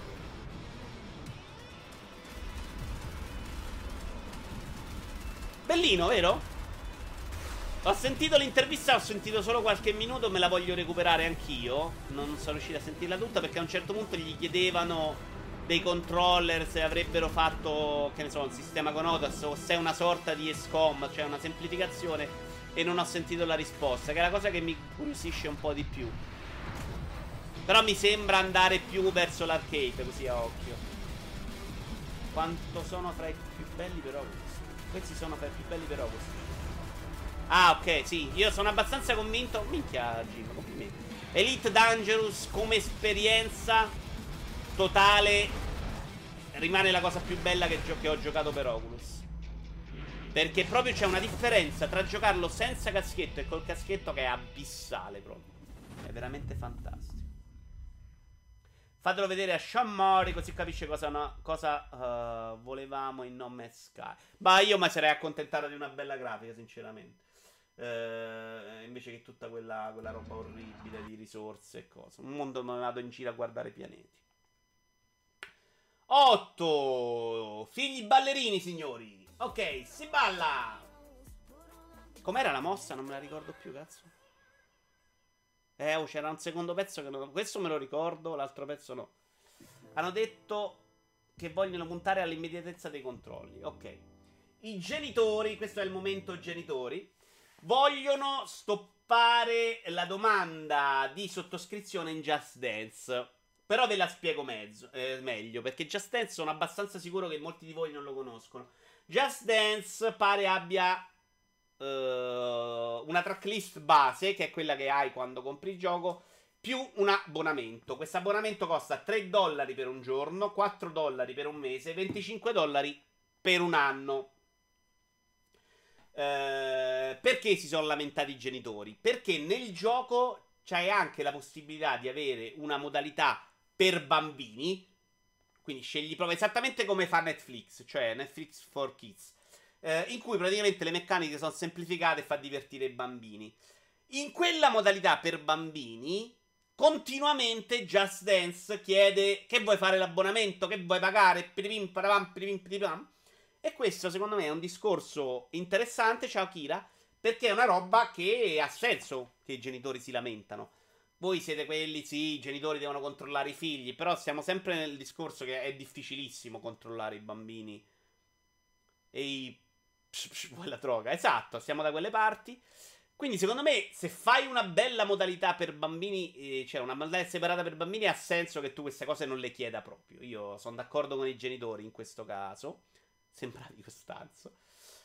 Bellino, vero? Ho sentito l'intervista, ho sentito solo qualche minuto, me la voglio recuperare anch'io. Non sono riuscito a sentirla tutta perché a un certo punto gli chiedevano dei controller se avrebbero fatto, che ne so, un sistema con OTAS o se è una sorta di ESCOM, cioè una semplificazione, e non ho sentito la risposta, che è la cosa che mi curiosisce un po' di più. Però mi sembra andare più verso l'arcade, così a occhio. Quanto sono fra i più belli per Oculus? Questi sono fra i più belli per Oculus. Ah, ok, sì, io sono abbastanza convinto. Minchia, Jim, complimenti. Elite Dangerous come esperienza totale rimane la cosa più bella che ho giocato per Oculus. Perché proprio c'è una differenza tra giocarlo senza caschetto e col caschetto che è abissale proprio. È veramente fantastico. Fatelo vedere a Sean Mori così capisce cosa volevamo in No Man's Sky. Ma io mi sarei accontentato di una bella grafica, sinceramente. Invece che tutta quella roba orribile di risorse e cose. Un mondo dove vado in giro a guardare pianeti. 8 figli ballerini, signori. Ok, si balla. Com'era la mossa? Non me la ricordo più, cazzo. C'era un secondo pezzo che non... Questo me lo ricordo, l'altro pezzo no. Hanno detto che vogliono puntare all'immediatezza dei controlli. Ok. I genitori, questo è il momento genitori, vogliono stoppare la domanda di sottoscrizione in Just Dance. Però ve la spiego meglio, perché Just Dance sono abbastanza sicuro che molti di voi non lo conoscono. Just Dance pare abbia una tracklist base, che è quella che hai quando compri il gioco, più un abbonamento. Questo abbonamento costa $3 per un giorno, $4 per un mese, $25 per un anno. Perché si sono lamentati i genitori? Perché nel gioco c'hai anche la possibilità di avere una modalità per bambini. Quindi scegli proprio esattamente come fa Netflix, cioè Netflix for Kids, in cui praticamente le meccaniche sono semplificate e fa divertire i bambini. In quella modalità per bambini, continuamente Just Dance chiede: che vuoi fare l'abbonamento? Che vuoi pagare? Piripim, parapam, piripim, piripam. E questo secondo me è un discorso interessante, ciao Kira, perché è una roba che ha senso che i genitori si lamentano. Voi siete quelli, sì, i genitori devono controllare i figli, però siamo sempre nel discorso che è difficilissimo controllare i bambini e i... quella droga. Esatto, siamo da quelle parti. Quindi secondo me se fai una bella modalità per bambini, cioè una modalità separata per bambini, ha senso che tu queste cose non le chieda proprio. Io sono d'accordo con i genitori in questo caso. Sembravi Costanzo.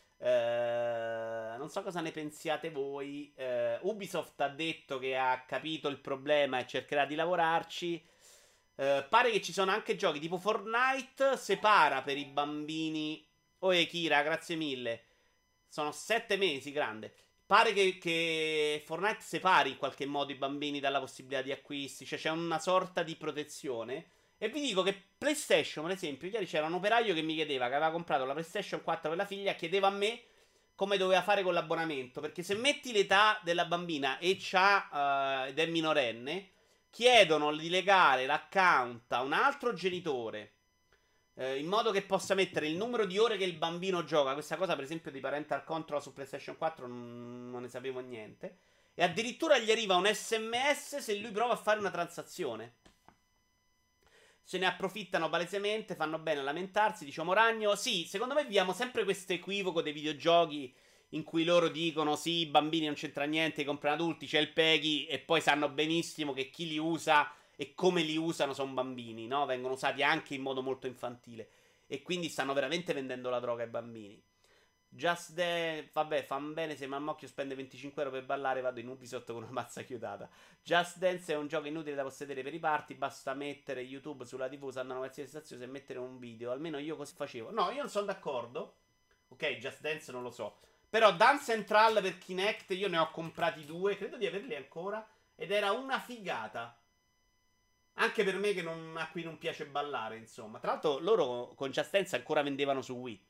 Non so cosa ne pensiate voi. Ubisoft ha detto che ha capito il problema e cercherà di lavorarci. Pare che ci sono anche giochi tipo Fortnite, separa per i bambini. Oe Kira, grazie mille. Sono 7 mesi, grande. Pare che Fortnite separi in qualche modo i bambini dalla possibilità di acquisti. Cioè c'è una sorta di protezione. E vi dico che PlayStation, per esempio, ieri c'era un operaio che mi chiedeva, che aveva comprato la PlayStation 4 per la figlia, chiedeva a me come doveva fare con l'abbonamento. Perché se metti l'età della bambina ed è minorenne, chiedono di legare l'account a un altro genitore, in modo che possa mettere il numero di ore che il bambino gioca. Questa cosa, per esempio, di parental control su PlayStation 4 non ne sapevo niente. E addirittura gli arriva un SMS se lui prova a fare una transazione. Se ne approfittano palesemente, fanno bene a lamentarsi, diciamo Ragno. Sì, secondo me viviamo sempre questo equivoco dei videogiochi in cui loro dicono sì, i bambini non c'entra niente, i comprano adulti, c'è il PEGI, e poi sanno benissimo che chi li usa e come li usano sono bambini, no? Vengono usati anche in modo molto infantile. E quindi stanno veramente vendendo la droga ai bambini. Just Dance, vabbè, fan bene se Mammocchio spende 25 € per ballare, vado in Ubisoft con una mazza chiudata. Just Dance è un gioco inutile da possedere per i party, basta mettere YouTube sulla TV, sanno qualsiasi stazione e mettere un video, almeno io così facevo. No, io non sono d'accordo. Ok, Just Dance non lo so. Però Dance Central per Kinect io ne ho comprati 2, credo di averli ancora, ed era una figata. Anche per me a cui non piace ballare, insomma. Tra l'altro loro con Just Dance ancora vendevano su Wii.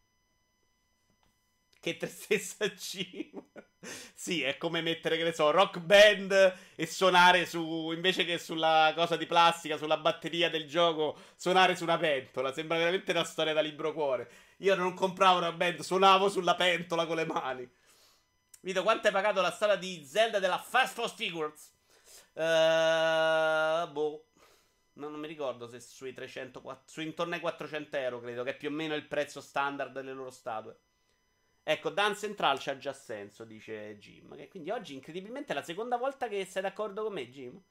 Che tristezza Jim. Sì, è come mettere, che ne so, Rock Band e suonare su, invece che sulla cosa di plastica, sulla batteria del gioco, suonare su una pentola. Sembra veramente una storia da libro cuore. Io non compravo Rock Band, suonavo sulla pentola con le mani. Vito, quanto hai pagato la storia di Zelda della Fast Food Figures? Boh. Non mi ricordo se sui 300, su intorno ai 400 € credo, che è più o meno il prezzo standard delle loro statue. Ecco, Dance Central c'ha già senso, dice Jim. Che quindi oggi, incredibilmente, è la seconda volta che sei d'accordo con me, Jim.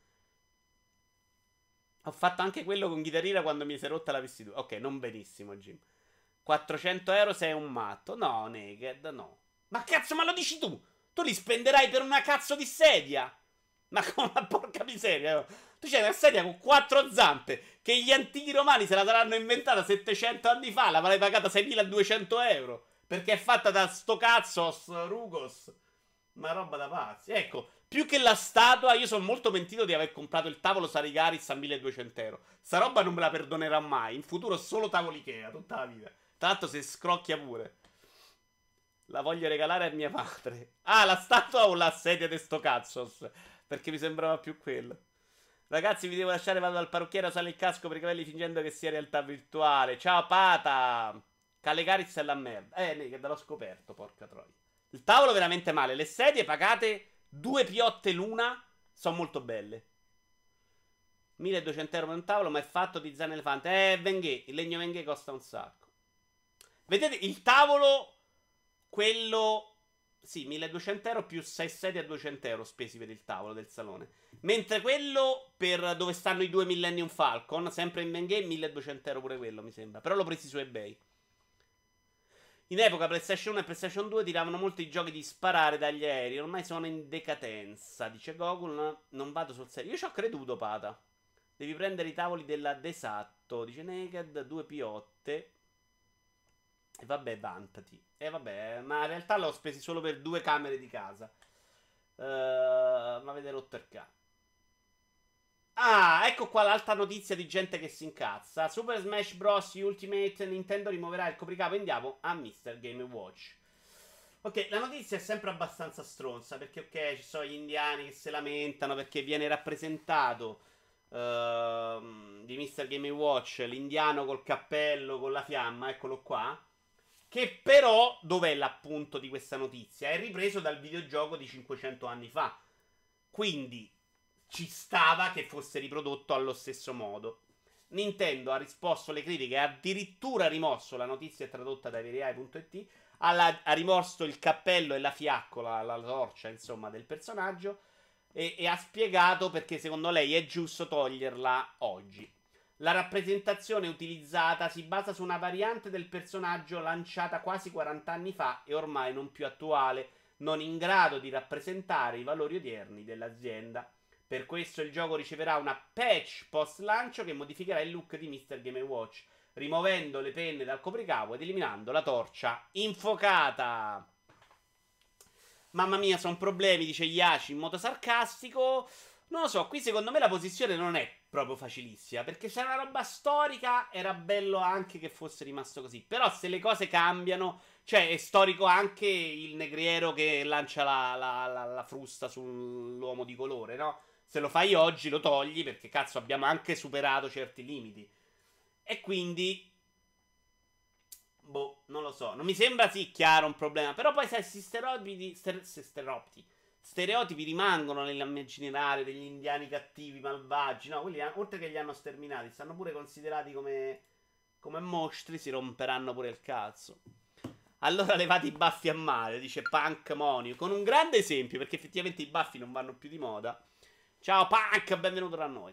Ho fatto anche quello con Chitarrina quando mi si è rotta la vestitura. Ok, non benissimo, Jim. 400 € sei un matto. No, Naked, no. Ma cazzo, ma lo dici tu? Tu li spenderai per una cazzo di sedia? Ma con una porca miseria. Tu c'hai una sedia con 4 zampe che gli antichi romani se la saranno inventata 700 anni fa. L'avrai pagata 6.200 €. Perché è fatta da sto cazzo Rugos. Ma roba da pazzi. Ecco, più che la statua, io sono molto pentito di aver comprato il tavolo Sarigaris a 1.200 €. Sta roba non me la perdonerà mai. In futuro solo tavoli Ikea, tutta la vita. Tra l'altro si scrocchia pure. La voglio regalare a mia madre. Ah, la statua o la sedia di sto cazzo? Perché mi sembrava più quello. Ragazzi, vi devo lasciare, vado dal parrucchiere a usare il casco per i capelli fingendo che sia realtà virtuale. Ciao Pata! Calegaris è la merda. Che l'ho scoperto, porca troia. Il tavolo veramente male. Le sedie pagate 2 piotte l'una sono molto belle. 1200 euro per un tavolo, ma è fatto di zanne elefante. Venghe, il legno Venghe costa un sacco. Vedete, il tavolo, quello... Sì, 1200 euro più 6 sedie a 200 euro spesi per il tavolo del salone. Mentre quello per dove stanno i due Millennium Falcon, sempre in Venghe, 1200 euro pure quello, mi sembra. Però l'ho presi su eBay. In epoca PlayStation 1 e PlayStation 2 tiravano molto i giochi di sparare dagli aerei. Ormai sono in decadenza. Dice Gogol, non vado sul serio. Io ci ho creduto, Pata. Devi prendere i tavoli della Desatto. Dice Naked, 2 piotte. E vabbè, vantati. E vabbè, ma in realtà l'ho spesi solo per 2 camere di casa. Ma avete rotto il cazzo. Ah, ecco qua l'altra notizia di gente che si incazza. Super Smash Bros. Ultimate, Nintendo rimuoverà il copricapo indiano a Mr. Game Watch. Ok, la notizia è sempre abbastanza stronza, perché ok, ci sono gli indiani che si lamentano perché viene rappresentato di Mr. Game Watch l'indiano col cappello, con la fiamma, eccolo qua. Che però, dov'è l'appunto di questa notizia? È ripreso dal videogioco di 500 anni fa. Quindi ci stava che fosse riprodotto allo stesso modo. Nintendo ha risposto alle critiche, ha addirittura rimosso, la notizia è tradotta da veriai.it, ha rimosso il cappello e la fiaccola, la torcia, insomma, del personaggio e ha spiegato perché secondo lei è giusto toglierla oggi. La rappresentazione utilizzata si basa su una variante del personaggio lanciata quasi 40 anni fa e ormai non più attuale, non in grado di rappresentare i valori odierni dell'azienda. Per questo il gioco riceverà una patch post lancio che modificherà il look di Mr. Game Watch, rimuovendo le penne dal copricapo ed eliminando la torcia infuocata. Mamma mia, sono problemi, dice Yashi in modo sarcastico. Non lo so, qui secondo me la posizione non è proprio facilissima, perché se è una roba storica era bello anche che fosse rimasto così. Però se le cose cambiano, cioè è storico anche il negriero che lancia la frusta sull'uomo di colore, no? Se lo fai oggi lo togli perché cazzo abbiamo anche superato certi limiti. E quindi... boh, non lo so. Non mi sembra sì chiaro un problema. Però poi sai, questi stereotipi rimangono nell'immaginario degli indiani cattivi, malvagi. No, quelli oltre che li hanno sterminati, stanno pure considerati come mostri, si romperanno pure il cazzo. Allora levate i baffi a mare, dice Punk Monio, con un grande esempio, perché effettivamente i baffi non vanno più di moda. Ciao Punk, benvenuto da noi.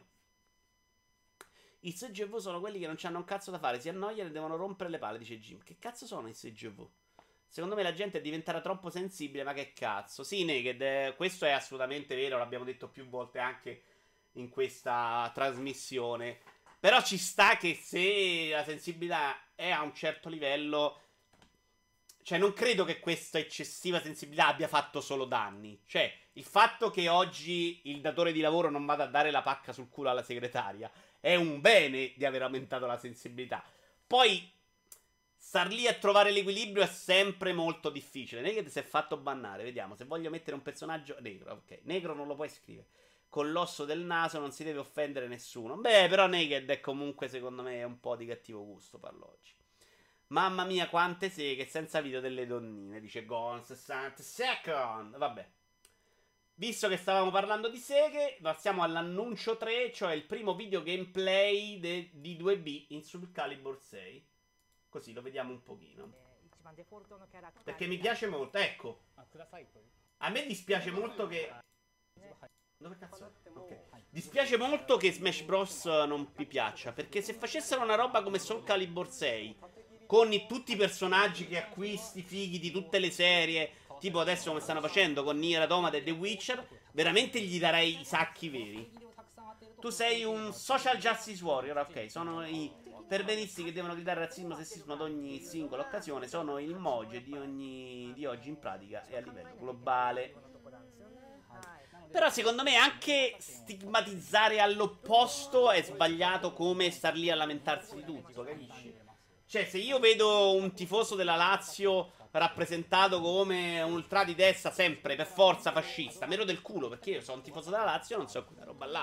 I SGV sono quelli che non hanno un cazzo da fare, si annoiano e devono rompere le palle, dice Jim. Che cazzo sono i SGV? Secondo me la gente è diventata troppo sensibile, ma che cazzo. Sì, Naked, questo è assolutamente vero, l'abbiamo detto più volte anche in questa trasmissione. Però ci sta che se la sensibilità è a un certo livello... Cioè, non credo che questa eccessiva sensibilità abbia fatto solo danni. Cioè, il fatto che oggi il datore di lavoro non vada a dare la pacca sul culo alla segretaria è un bene di aver aumentato la sensibilità. Poi, star lì a trovare l'equilibrio è sempre molto difficile. Naked si è fatto bannare, vediamo. Se voglio mettere un personaggio negro, ok. Negro non lo puoi scrivere. Con l'osso del naso non si deve offendere nessuno. Beh, però Naked è comunque, secondo me, un po' di cattivo gusto, parlo oggi. Mamma mia, quante seghe senza video delle donnine, dice Gon 60 second. Vabbè. Visto che stavamo parlando di seghe, passiamo all'annuncio 3, cioè il primo video gameplay di 2B in Soul Calibur 6. Così lo vediamo un pochino. Perché mi piace molto, ecco. A me dispiace molto che... Dove cazzo è? Ok. Dispiace molto che Smash Bros. Non mi piaccia, perché se facessero una roba come Soul Calibur 6, con tutti i personaggi che acquisti fighi di tutte le serie, tipo adesso come stanno facendo con Nier Automata e The Witcher, veramente gli darei i sacchi veri. Tu sei un social justice warrior, ok, sono i perbenisti che devono gridare razzismo e sessismo ad ogni singola occasione, sono il moje di oggi in pratica e a livello globale. Però secondo me anche stigmatizzare all'opposto è sbagliato, come star lì a lamentarsi di tutto, capisci? Cioè, se io vedo un tifoso della Lazio rappresentato come un ultra di destra, sempre per forza fascista, me lo del culo, perché io sono un tifoso della Lazio e non so quella roba là.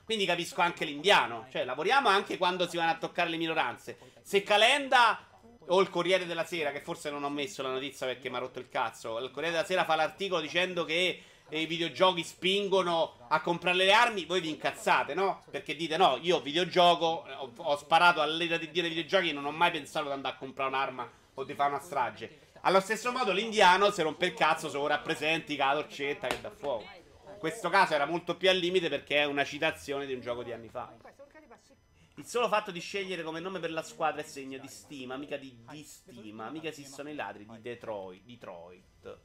Quindi capisco anche l'indiano. Cioè, lavoriamo anche quando si vanno a toccare le minoranze. Se Calenda o il Corriere della Sera, che forse non ho messo la notizia perché mi ha rotto il cazzo, il Corriere della Sera fa l'articolo dicendo che i videogiochi spingono a comprare le armi, voi vi incazzate, no? Perché dite no, io videogioco, ho sparato all'era di Dio dei videogiochi e non ho mai pensato di andare a comprare un'arma o di fare una strage. Allo stesso modo l'indiano si rompe il cazzo se ora rappresenti la torcetta che dà fuoco. In questo caso era molto più al limite perché è una citazione di un gioco di anni fa. Il solo fatto di scegliere come nome per la squadra è segno di stima, mica di distima. Mica esistono i ladri di Detroit.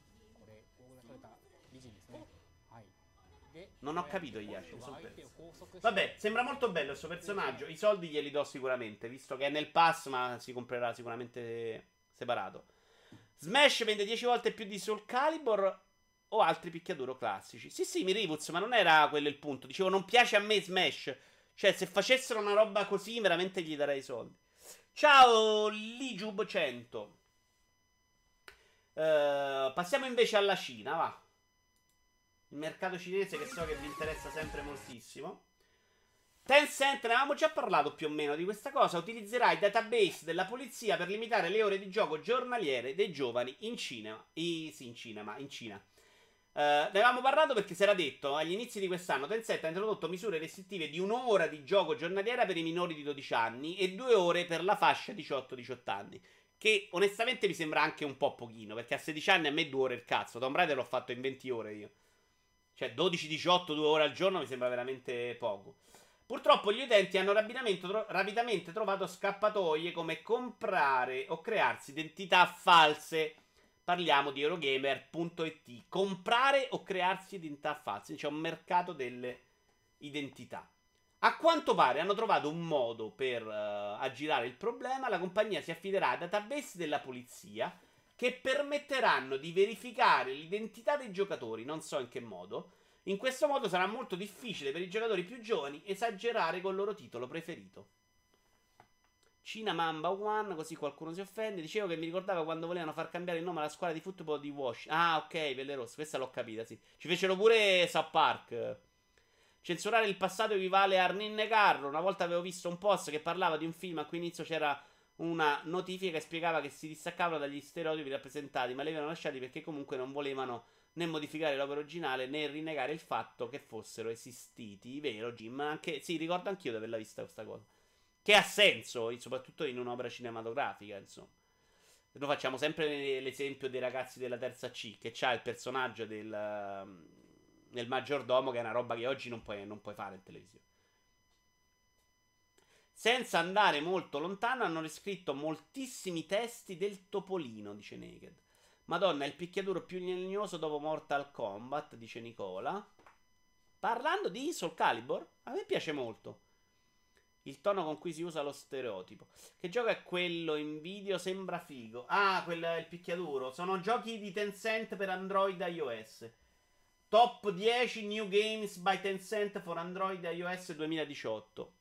Non ho capito Yashi, mi sono perso. Vabbè, sembra molto bello il suo personaggio. I soldi glieli do sicuramente, visto che è nel pass, ma si comprerà sicuramente separato. Smash vende 10 volte più di Soul Calibur o altri picchiaduro classici. Sì, mi Rivuz, ma non era quello il punto. Dicevo, non piace a me Smash. Cioè, se facessero una roba così, veramente gli darei i soldi. Ciao, Lijub100. Passiamo invece alla Cina, va. Il mercato cinese che so che vi interessa sempre moltissimo. Tencent, ne avevamo già parlato più o meno di questa cosa, utilizzerà i database della polizia per limitare le ore di gioco giornaliere dei giovani in Cina. In Cina. Ne avevamo parlato perché si era detto agli inizi di quest'anno Tencent ha introdotto misure restrittive di un'ora di gioco giornaliera per i minori di 12 anni e 2 ore per la fascia 18-18 anni. Che onestamente mi sembra anche un po' pochino, perché a 16 anni a me 2 ore il cazzo. Tomb Raider l'ho fatto in 20 ore io. Cioè 12-18, 2 ore al giorno mi sembra veramente poco. Purtroppo gli utenti hanno rapidamente trovato scappatoie come comprare o crearsi identità false. Parliamo di Eurogamer.it. Comprare o crearsi identità false. C'è un mercato delle identità. A quanto pare hanno trovato un modo per aggirare il problema. La compagnia si affiderà a database della polizia che permetteranno di verificare l'identità dei giocatori. Non so in che modo. In questo modo sarà molto difficile per i giocatori più giovani esagerare col loro titolo preferito. Cina Mamba One, così qualcuno si offende. Dicevo che mi ricordava quando volevano far cambiare il nome alla squadra di football di Washington. Ah, ok, Pelle Rosse, questa l'ho capita, sì. Ci fecero pure South Park. Censurare il passato equivale a rinnegarlo. Una volta avevo visto un post che parlava di un film a cui inizio c'era una notifica che spiegava che si distaccavano dagli stereotipi rappresentati, ma li avevano lasciati perché comunque non volevano né modificare l'opera originale né rinnegare il fatto che fossero esistiti. Vero, Jim? Anche, sì, ricordo anch'io di averla vista questa cosa. Che ha senso, soprattutto in un'opera cinematografica, insomma. Noi facciamo sempre l'esempio dei ragazzi della terza C, che c'ha il personaggio del maggiordomo, che è una roba che oggi non puoi fare in televisione. Senza andare molto lontano, hanno riscritto moltissimi testi del Topolino, dice Naked. Madonna, è il picchiaduro più legnoso dopo Mortal Kombat, dice Nicola. Parlando di Soul Calibur, a me piace molto il tono con cui si usa lo stereotipo. Che gioco è quello in video? Sembra figo. Ah, quello è il picchiaduro. Sono giochi di Tencent per Android e iOS. Top 10 New Games by Tencent for Android e iOS 2018.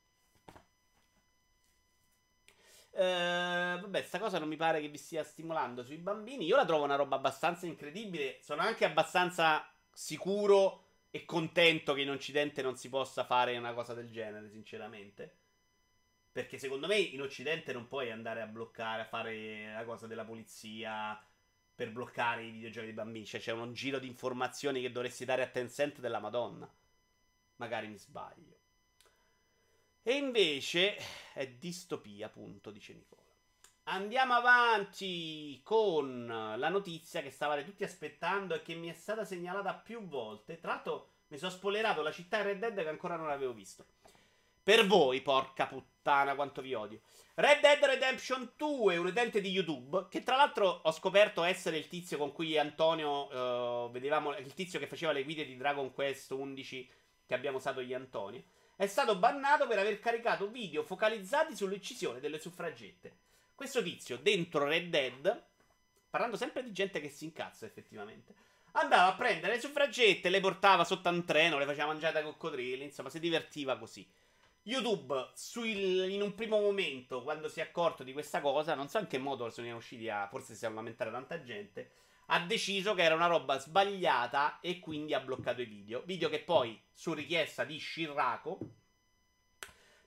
Vabbè, sta cosa non mi pare che vi stia stimolando sui bambini. Io la trovo una roba abbastanza incredibile. Sono anche abbastanza sicuro e contento che in Occidente non si possa fare una cosa del genere, sinceramente. Perché secondo me in Occidente non puoi andare a bloccare, a fare la cosa della polizia per bloccare i videogiochi dei bambini. Cioè c'è un giro di informazioni che dovresti dare a Tencent della Madonna. Magari mi sbaglio. E invece è distopia, appunto, dice Nicola. Andiamo avanti con la notizia che stavate tutti aspettando e che mi è stata segnalata più volte. Tra l'altro mi sono spoilerato la città Red Dead che ancora non avevo visto. Per voi, porca puttana, quanto vi odio. Red Dead Redemption 2, un utente di YouTube, che tra l'altro ho scoperto essere il tizio con cui Antonio, vedevamo, il tizio che faceva le guide di Dragon Quest 11 che abbiamo usato gli Antonio, è stato bannato per aver caricato video focalizzati sull'uccisione delle suffragette. Questo tizio, dentro Red Dead, parlando sempre di gente che si incazza effettivamente, andava a prendere le suffragette, le portava sotto a un treno, le faceva mangiare dai coccodrilli, insomma si divertiva così. YouTube, in un primo momento, quando si è accorto di questa cosa, non so in che modo sono usciti forse si è lamentata tanta gente, ha deciso che era una roba sbagliata e quindi ha bloccato i video. Video che poi, su richiesta di Scirraco,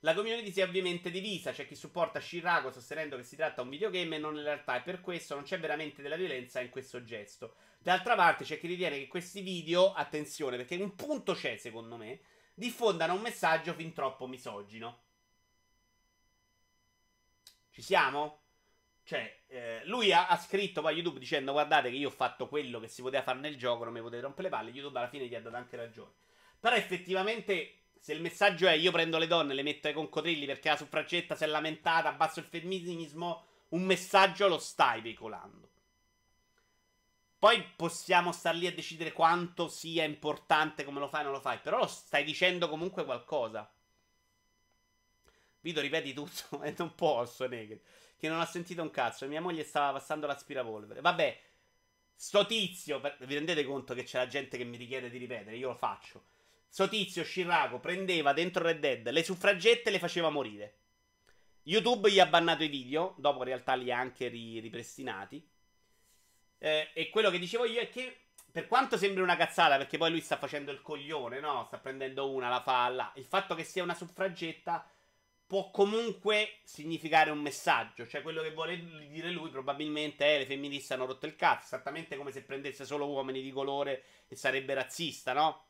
La community si è ovviamente divisa, c'è chi supporta Shirago sostenendo che si tratta di un videogame e non in realtà, e per questo non c'è veramente della violenza in questo gesto. D'altra parte c'è chi ritiene che questi video, attenzione, perché un punto c'è secondo me, diffondano un messaggio fin troppo misogino. Ci siamo? Cioè, lui ha scritto poi a YouTube dicendo guardate che io ho fatto quello che si poteva fare nel gioco, non mi potete rompere le palle. YouTube alla fine gli ha dato anche ragione. Però effettivamente, se il messaggio è io prendo le donne, le metto ai coccodrilli perché la suffragetta si è lamentata, abbasso il femminismo, un messaggio lo stai veicolando. Poi possiamo star lì a decidere quanto sia importante, come lo fai o non lo fai, però lo stai dicendo comunque qualcosa. Vito, ripeti tutto e non posso, Naked. Che non ha sentito un cazzo. Mia moglie stava passando l'aspirapolvere. Vabbè, sto tizio. Vi rendete conto che c'è la gente che mi richiede di ripetere? Io lo faccio. Sto tizio, Shirago, prendeva dentro Red Dead le suffragette e le faceva morire. YouTube gli ha bannato i video. Dopo in realtà li ha anche ripristinati. E quello che dicevo io è che. Per quanto sembri una cazzata, perché poi lui sta facendo il coglione, no? Sta prendendo una, la fa là. Il fatto che sia una suffragetta può comunque significare un messaggio. Cioè, quello che vuole dire lui probabilmente è le femministe hanno rotto il cazzo. Esattamente come se prendesse solo uomini di colore e sarebbe razzista, no?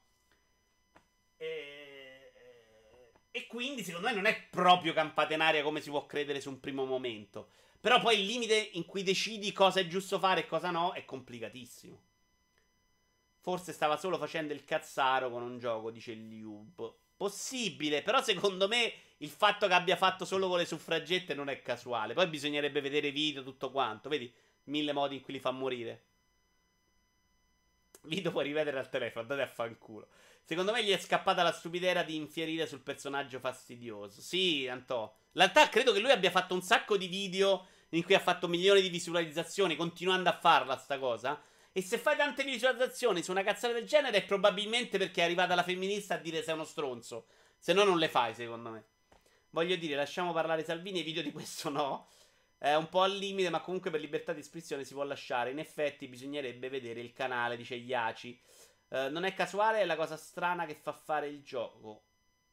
E quindi, secondo me, non è proprio campata in aria come si può credere su un primo momento. Però poi il limite in cui decidi cosa è giusto fare e cosa no è complicatissimo. Forse stava solo facendo il cazzaro con un gioco, dice il Liub. Possibile, però secondo me il fatto che abbia fatto solo con le suffragette non è casuale. Poi bisognerebbe vedere video, tutto quanto. Vedi? Mille modi in cui li fa morire. Video puoi ripetere al telefono, andate a fanculo. Secondo me gli è scappata la stupidera di infierire sul personaggio fastidioso. Sì, Antò. In realtà credo che lui abbia fatto un sacco di video in cui ha fatto milioni di visualizzazioni, continuando a farla sta cosa. E se fai tante visualizzazioni su una cazzata del genere è probabilmente perché è arrivata la femminista a dire sei uno stronzo. Se no non le fai, secondo me. Voglio dire, lasciamo parlare Salvini, i video di questo no. È un po' al limite, ma comunque per libertà di espressione si può lasciare. In effetti bisognerebbe vedere il canale, dice Iaci. Non è casuale, è la cosa strana che fa fare il gioco.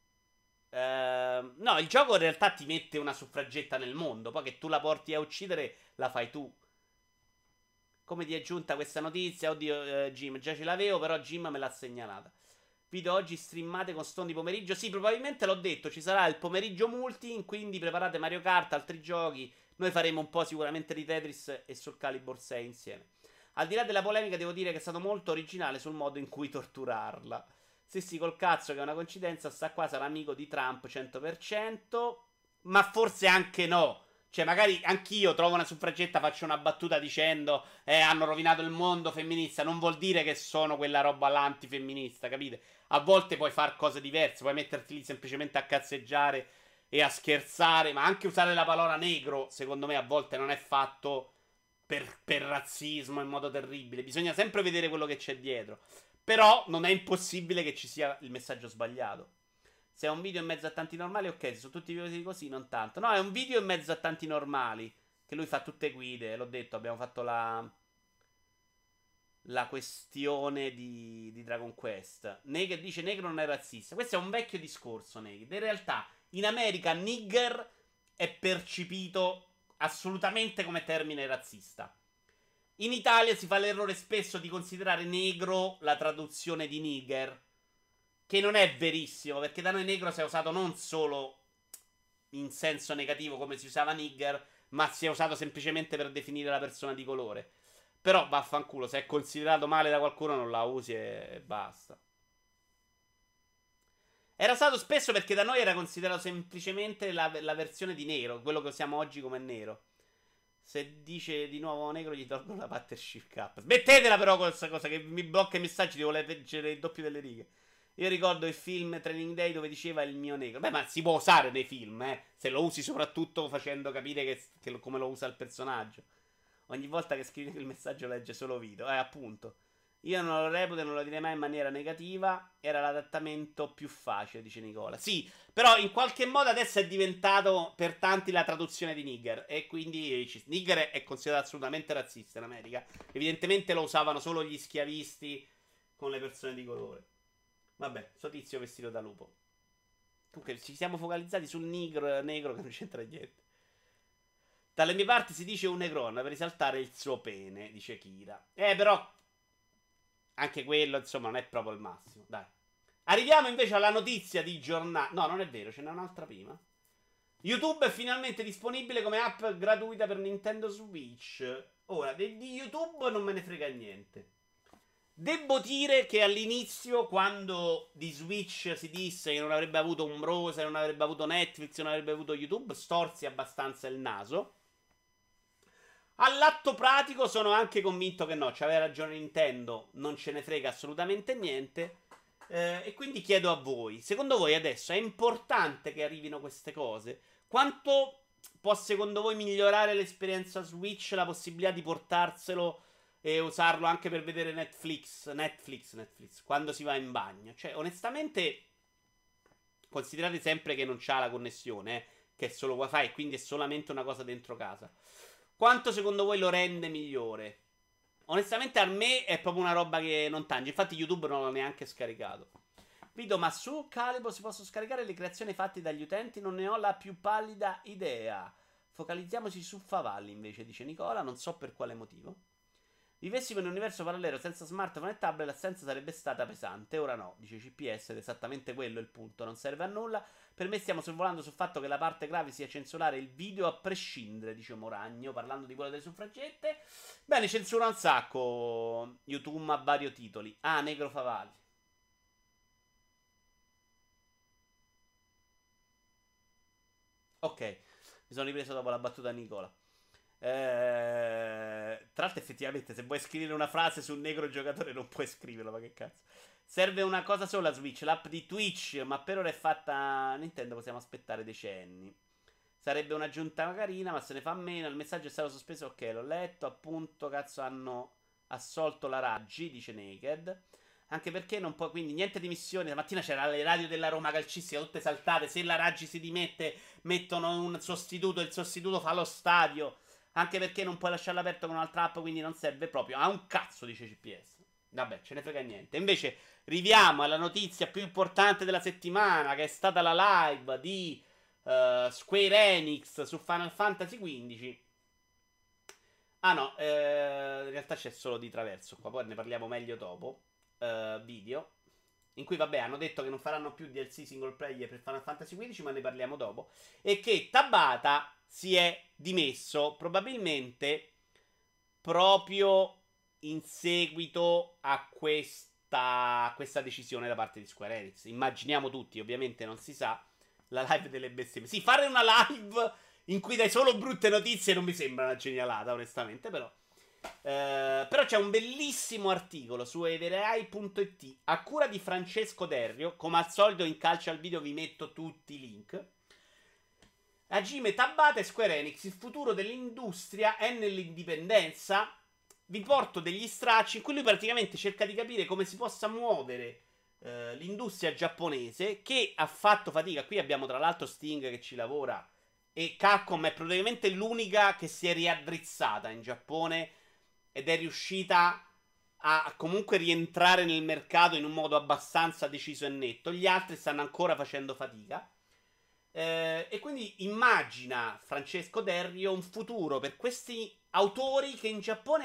No, il gioco in realtà ti mette una suffragetta nel mondo. Poi che tu la porti a uccidere, la fai tu. Come ti è giunta questa notizia? Oddio, Jim, già ce l'avevo, però Jim me l'ha segnalata. Video oggi streamate con Stone di pomeriggio. Sì, probabilmente l'ho detto, ci sarà il pomeriggio multi, quindi preparate Mario Kart, altri giochi. Noi faremo un po' sicuramente di Tetris e sul Calibur 6 insieme. Al di là della polemica, devo dire che è stato molto originale sul modo in cui torturarla. Sì, col cazzo che è una coincidenza, sta qua, sarà amico di Trump 100%, ma forse anche no. Cioè, magari anch'io trovo una suffragetta, faccio una battuta dicendo hanno rovinato il mondo femminista. Non vuol dire che sono quella roba l'antifemminista, capite? A volte puoi fare cose diverse, puoi metterti lì semplicemente a cazzeggiare e a scherzare, ma anche usare la parola negro, secondo me, a volte non è fatto per razzismo in modo terribile. Bisogna sempre vedere quello che c'è dietro. Però non è impossibile che ci sia il messaggio sbagliato. Se è un video in mezzo a tanti normali, ok. Se sono tutti video così, non tanto. No, è un video in mezzo a tanti normali. Che lui fa tutte guide. L'ho detto, abbiamo fatto la questione di Dragon Quest. Naked dice negro non è razzista. Questo è un vecchio discorso, Naked. In realtà, in America, nigger è percepito assolutamente come termine razzista. In Italia si fa l'errore spesso di considerare negro la traduzione di nigger. Che non è verissimo, perché da noi negro si è usato non solo in senso negativo come si usava nigger, ma si è usato semplicemente per definire la persona di colore. Però vaffanculo, se è considerato male da qualcuno non la usi e basta. Era usato spesso perché da noi era considerato semplicemente la versione di nero, quello che usiamo oggi come nero. Se dice di nuovo negro gli tolgo la partnership K. Smettetela però con questa cosa che mi blocca i messaggi, devo leggere il doppio delle righe. Io ricordo il film Training Day dove diceva il mio negro. Beh, ma si può usare nei film, se lo usi soprattutto facendo capire come lo usa il personaggio. Ogni volta che scrivi il messaggio legge solo Vito. Appunto. Io non lo reputo e non lo direi mai in maniera negativa. Era l'adattamento più facile, dice Nicola. Sì, però in qualche modo adesso è diventato per tanti la traduzione di nigger. E quindi nigger è considerato assolutamente razzista in America. Evidentemente lo usavano solo gli schiavisti con le persone di colore. Vabbè, sto tizio vestito da lupo. Comunque ci siamo focalizzati sul negro che non c'entra niente. Dalle mie parti si dice un negron per risaltare il suo pene, dice Kira. Però anche quello, insomma, non è proprio il massimo. Dai. Arriviamo invece alla notizia di giornata. No, non è vero, ce n'è un'altra prima. YouTube è finalmente disponibile come app gratuita per Nintendo Switch. Ora, di YouTube non me ne frega niente. Devo dire che all'inizio, quando di Switch si disse che non avrebbe avuto un browser, non avrebbe avuto Netflix, non avrebbe avuto YouTube, storsi abbastanza il naso. All'atto pratico sono anche convinto che no, c'aveva ragione Nintendo, non ce ne frega assolutamente niente. E quindi chiedo a voi, secondo voi adesso è importante che arrivino queste cose? Quanto può secondo voi migliorare l'esperienza Switch, la possibilità di portarselo e usarlo anche per vedere Netflix, quando si va in bagno? Cioè, onestamente, considerate sempre che non c'ha la connessione, che è solo wifi e quindi è solamente una cosa dentro casa. Quanto secondo voi lo rende migliore? Onestamente a me è proprio una roba che non tange. Infatti YouTube non l'ho neanche scaricato. Vito, ma su Calibro si possono scaricare le creazioni fatte dagli utenti? Non ne ho la più pallida idea. Focalizziamoci su Favalli invece, dice Nicola, non so per quale motivo. Vivessimo in un universo parallelo senza smartphone e tablet, l'assenza sarebbe stata pesante. Ora no, dice CPS, ed è esattamente quello il punto. Non serve a nulla. Per me stiamo sorvolando sul fatto che la parte grave sia censurare il video a prescindere, dice Moragno, parlando di quello delle suffragette. Bene, censura un sacco YouTube a vario titoli. Ah, Negro Favalli. Ok, mi sono ripreso dopo la battuta di Nicola. Tra l'altro, effettivamente, se vuoi scrivere una frase su un negro giocatore, non puoi scriverla. Ma che cazzo? Serve una cosa sola Switch, l'app di Twitch. Ma per ora è fatta Nintendo. Possiamo aspettare decenni. Sarebbe un'aggiunta carina, ma se ne fa meno. Il messaggio è stato sospeso. Ok, l'ho letto. Appunto, cazzo, hanno assolto la Raggi, dice Naked. Anche perché non può, quindi niente di missioni. Stamattina c'era le radio della Roma calcistica tutte saltate. Se la Raggi si dimette, mettono un sostituto. Il sostituto fa lo stadio. Anche perché non puoi lasciarlo aperto con un'altra app, quindi non serve proprio a un cazzo, dice CPS. Vabbè, ce ne frega niente. Invece, arriviamo alla notizia più importante della settimana, che è stata la live di Square Enix su Final Fantasy XV. Ah no, in realtà c'è solo di traverso qua, poi ne parliamo meglio dopo. Video. In cui, vabbè, hanno detto che non faranno più DLC single player per Final Fantasy XV, ma ne parliamo dopo. E che Tabata si è dimesso, probabilmente proprio in seguito a questa decisione da parte di Square Enix. Immaginiamo tutti, ovviamente non si sa, la live delle bestemmie. Sì, fare una live in cui dai solo brutte notizie non mi sembra una genialata, onestamente, però. Però c'è un bellissimo articolo su everai.it a cura di Francesco Derrio. Come al solito in calcio al video vi metto tutti i link. Hajime Tabata e Square Enix, il futuro dell'industria è nell'indipendenza. Vi porto degli stracci in cui lui praticamente cerca di capire come si possa muovere l'industria giapponese, che ha fatto fatica. Qui abbiamo tra l'altro Sting che ci lavora, e Capcom è praticamente l'unica che si è riaddrizzata in Giappone ed è riuscita a comunque rientrare nel mercato in un modo abbastanza deciso e netto. Gli altri stanno ancora facendo fatica. E quindi immagina Francesco Derrio un futuro per questi autori che in Giappone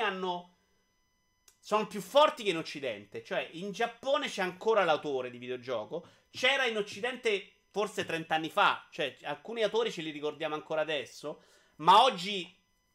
sono più forti che in Occidente. Cioè, in Giappone c'è ancora l'autore di videogioco. C'era in Occidente forse 30 anni fa. Cioè, alcuni autori ce li ricordiamo ancora adesso. Ma oggi,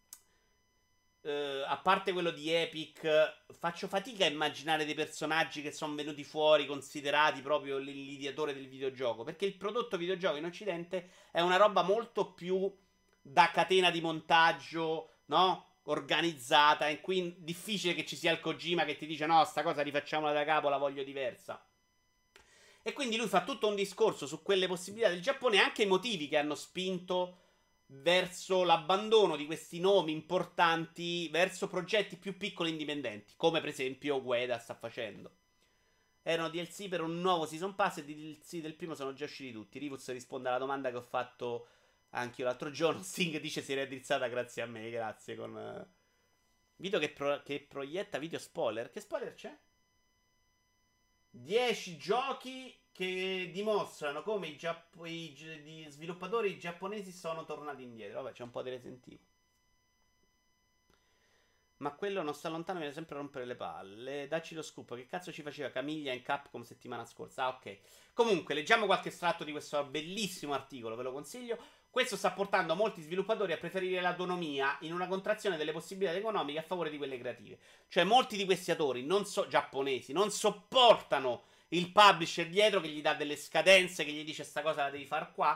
a parte quello di Epic, faccio fatica a immaginare dei personaggi che sono venuti fuori considerati proprio l'ideatore del videogioco. Perché il prodotto videogioco in Occidente è una roba molto più da catena di montaggio, no? Organizzata, in cui è difficile che ci sia il Kojima che ti dice no, sta cosa rifacciamola da capo, la voglio diversa. E quindi lui fa tutto un discorso su quelle possibilità del Giappone e anche i motivi che hanno spinto verso l'abbandono di questi nomi importanti, verso progetti più piccoli e indipendenti, come per esempio Ueda sta facendo. Erano DLC per un nuovo Season Pass e i DLC del primo sono già usciti tutti. Rivuz risponde alla domanda che ho fatto anche io l'altro giorno. Sting dice si è raddrizzata grazie a me, grazie con video che proietta video spoiler. Che spoiler c'è? 10 giochi che dimostrano come gli sviluppatori giapponesi sono tornati indietro. Vabbè, c'è un po' di resentivo. Ma quello non sta lontano, viene sempre a rompere le palle. Dacci lo scoop. Che cazzo ci faceva Camiglia in Capcom settimana scorsa? Ah, ok. Comunque, leggiamo qualche estratto di questo bellissimo articolo, ve lo consiglio. Questo sta portando molti sviluppatori a preferire l'autonomia in una contrazione delle possibilità economiche a favore di quelle creative. Cioè, molti di questi autori giapponesi non sopportano il publisher dietro che gli dà delle scadenze, che gli dice sta cosa la devi far qua.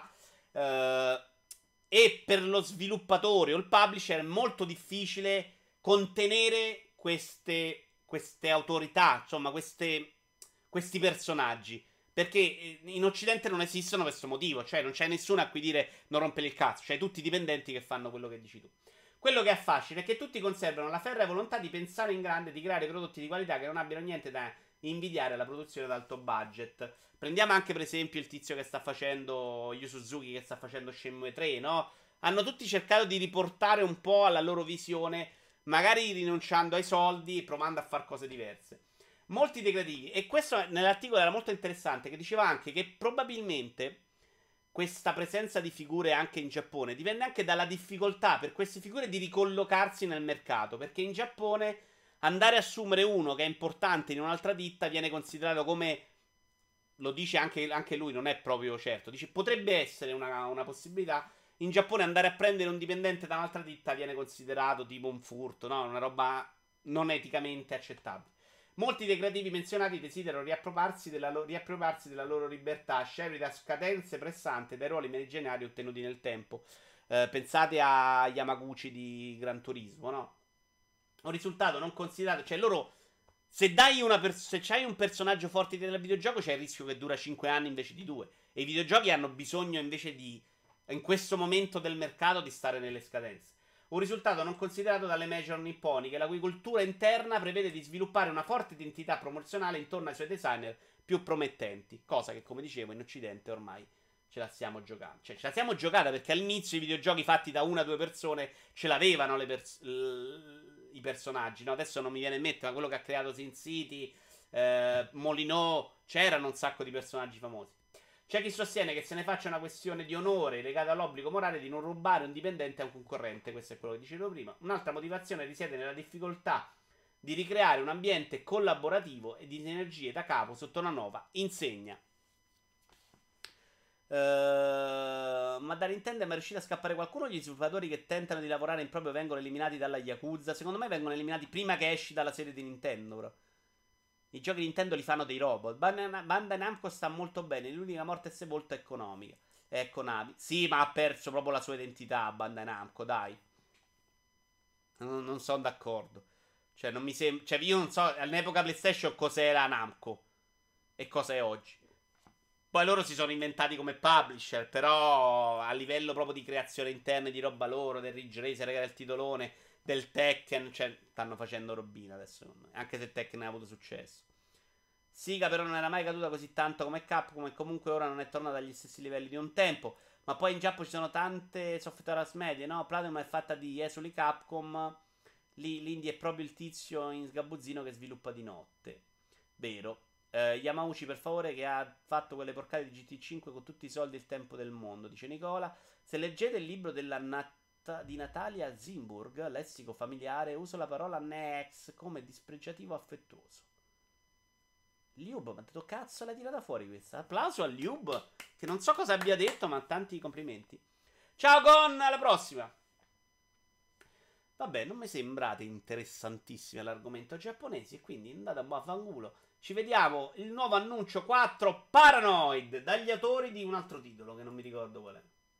E per lo sviluppatore o il publisher è molto difficile contenere queste autorità, insomma, questi personaggi. Perché in Occidente non esistono per questo motivo, cioè non c'è nessuno a cui dire non rompere il cazzo, cioè tutti i dipendenti che fanno quello che dici tu. Quello che affascina è che tutti conservano la ferrea volontà di pensare in grande, di creare prodotti di qualità che non abbiano niente da invidiare alla produzione ad alto budget. Prendiamo anche per esempio il tizio che sta facendo Yu Suzuki, che sta facendo Shenmue 3, no? Hanno tutti cercato di riportare un po' alla loro visione, magari rinunciando ai soldi e provando a fare cose diverse. Molti dei creativi, e questo nell'articolo era molto interessante, che diceva anche che probabilmente questa presenza di figure anche in Giappone dipende anche dalla difficoltà per queste figure di ricollocarsi nel mercato, perché in Giappone andare a assumere uno che è importante in un'altra ditta viene considerato come, lo dice anche lui, non è proprio certo, dice potrebbe essere una possibilità. In Giappone andare a prendere un dipendente da un'altra ditta viene considerato tipo un furto, no? Una roba non eticamente accettabile. Molti dei creativi menzionati desiderano riappropriarsi della loro libertà, scevri da scadenze pressanti dai ruoli manageriali ottenuti nel tempo. Pensate a Yamaguchi di Gran Turismo, no? Un risultato non considerato, cioè loro se c'hai un personaggio forte del videogioco c'è il rischio che dura 5 anni invece di 2. E i videogiochi hanno bisogno invece di, in questo momento del mercato, di stare nelle scadenze. Un risultato non considerato dalle major nipponiche, la cui cultura interna prevede di sviluppare una forte identità promozionale intorno ai suoi designer più promettenti. Cosa che, come dicevo, in Occidente ormai ce la stiamo giocando. Cioè, ce la siamo giocata perché all'inizio i videogiochi fatti da una o due persone ce l'avevano i personaggi. No? Adesso non mi viene in mente, ma quello che ha creato Sin City, Molinò, c'erano un sacco di personaggi famosi. C'è chi sostiene che se ne faccia una questione di onore legata all'obbligo morale di non rubare un dipendente a un concorrente. Questo è quello che dicevo prima. Un'altra motivazione risiede nella difficoltà di ricreare un ambiente collaborativo e di sinergie da capo sotto una nuova insegna. Ma da Nintendo è mai riuscito a scappare qualcuno? Gli sviluppatori che tentano di lavorare in proprio vengono eliminati dalla Yakuza? Secondo me vengono eliminati prima che esci dalla serie di Nintendo, bro. I giochi Nintendo li fanno dei robot. Bandai Namco sta molto bene. L'unica morte sepolta è economica. È Konami. Sì, ma ha perso proprio la sua identità Bandai Namco, dai. Non sono d'accordo. Cioè, non mi sembra. Cioè, io non so all'epoca PlayStation cos'era Namco e cosa è oggi. Poi loro si sono inventati come publisher, però a livello proprio di creazione interna di roba loro, del Ridge Racer che era il titolone, del Tekken, cioè stanno facendo robina adesso, anche se Tekken ha avuto successo. Siga però non era mai caduta così tanto come Capcom e comunque ora non è tornata agli stessi livelli di un tempo. Ma poi in Giappone ci sono tante software house medie, no? Platinum è fatta di esuli Capcom, lì l'indie è proprio il tizio in sgabuzzino che sviluppa di notte. Vero. Yamauchi per favore che ha fatto quelle porcate di GT5 con tutti i soldi e il tempo del mondo, dice Nicola. Se leggete il libro di Natalia Zimburg, lessico familiare, uso la parola next come dispregiativo affettuoso. Liub, ma detto cazzo l'hai tirata fuori questa? Applauso a Liub, che non so cosa abbia detto, ma tanti complimenti. Ciao Gon, alla prossima! Vabbè, non mi sembrate interessantissimi all'argomento giapponesi e quindi andate a vaffanculo. Ci vediamo il nuovo annuncio 4 Paranoid dagli autori di un altro titolo che non mi ricordo qual è.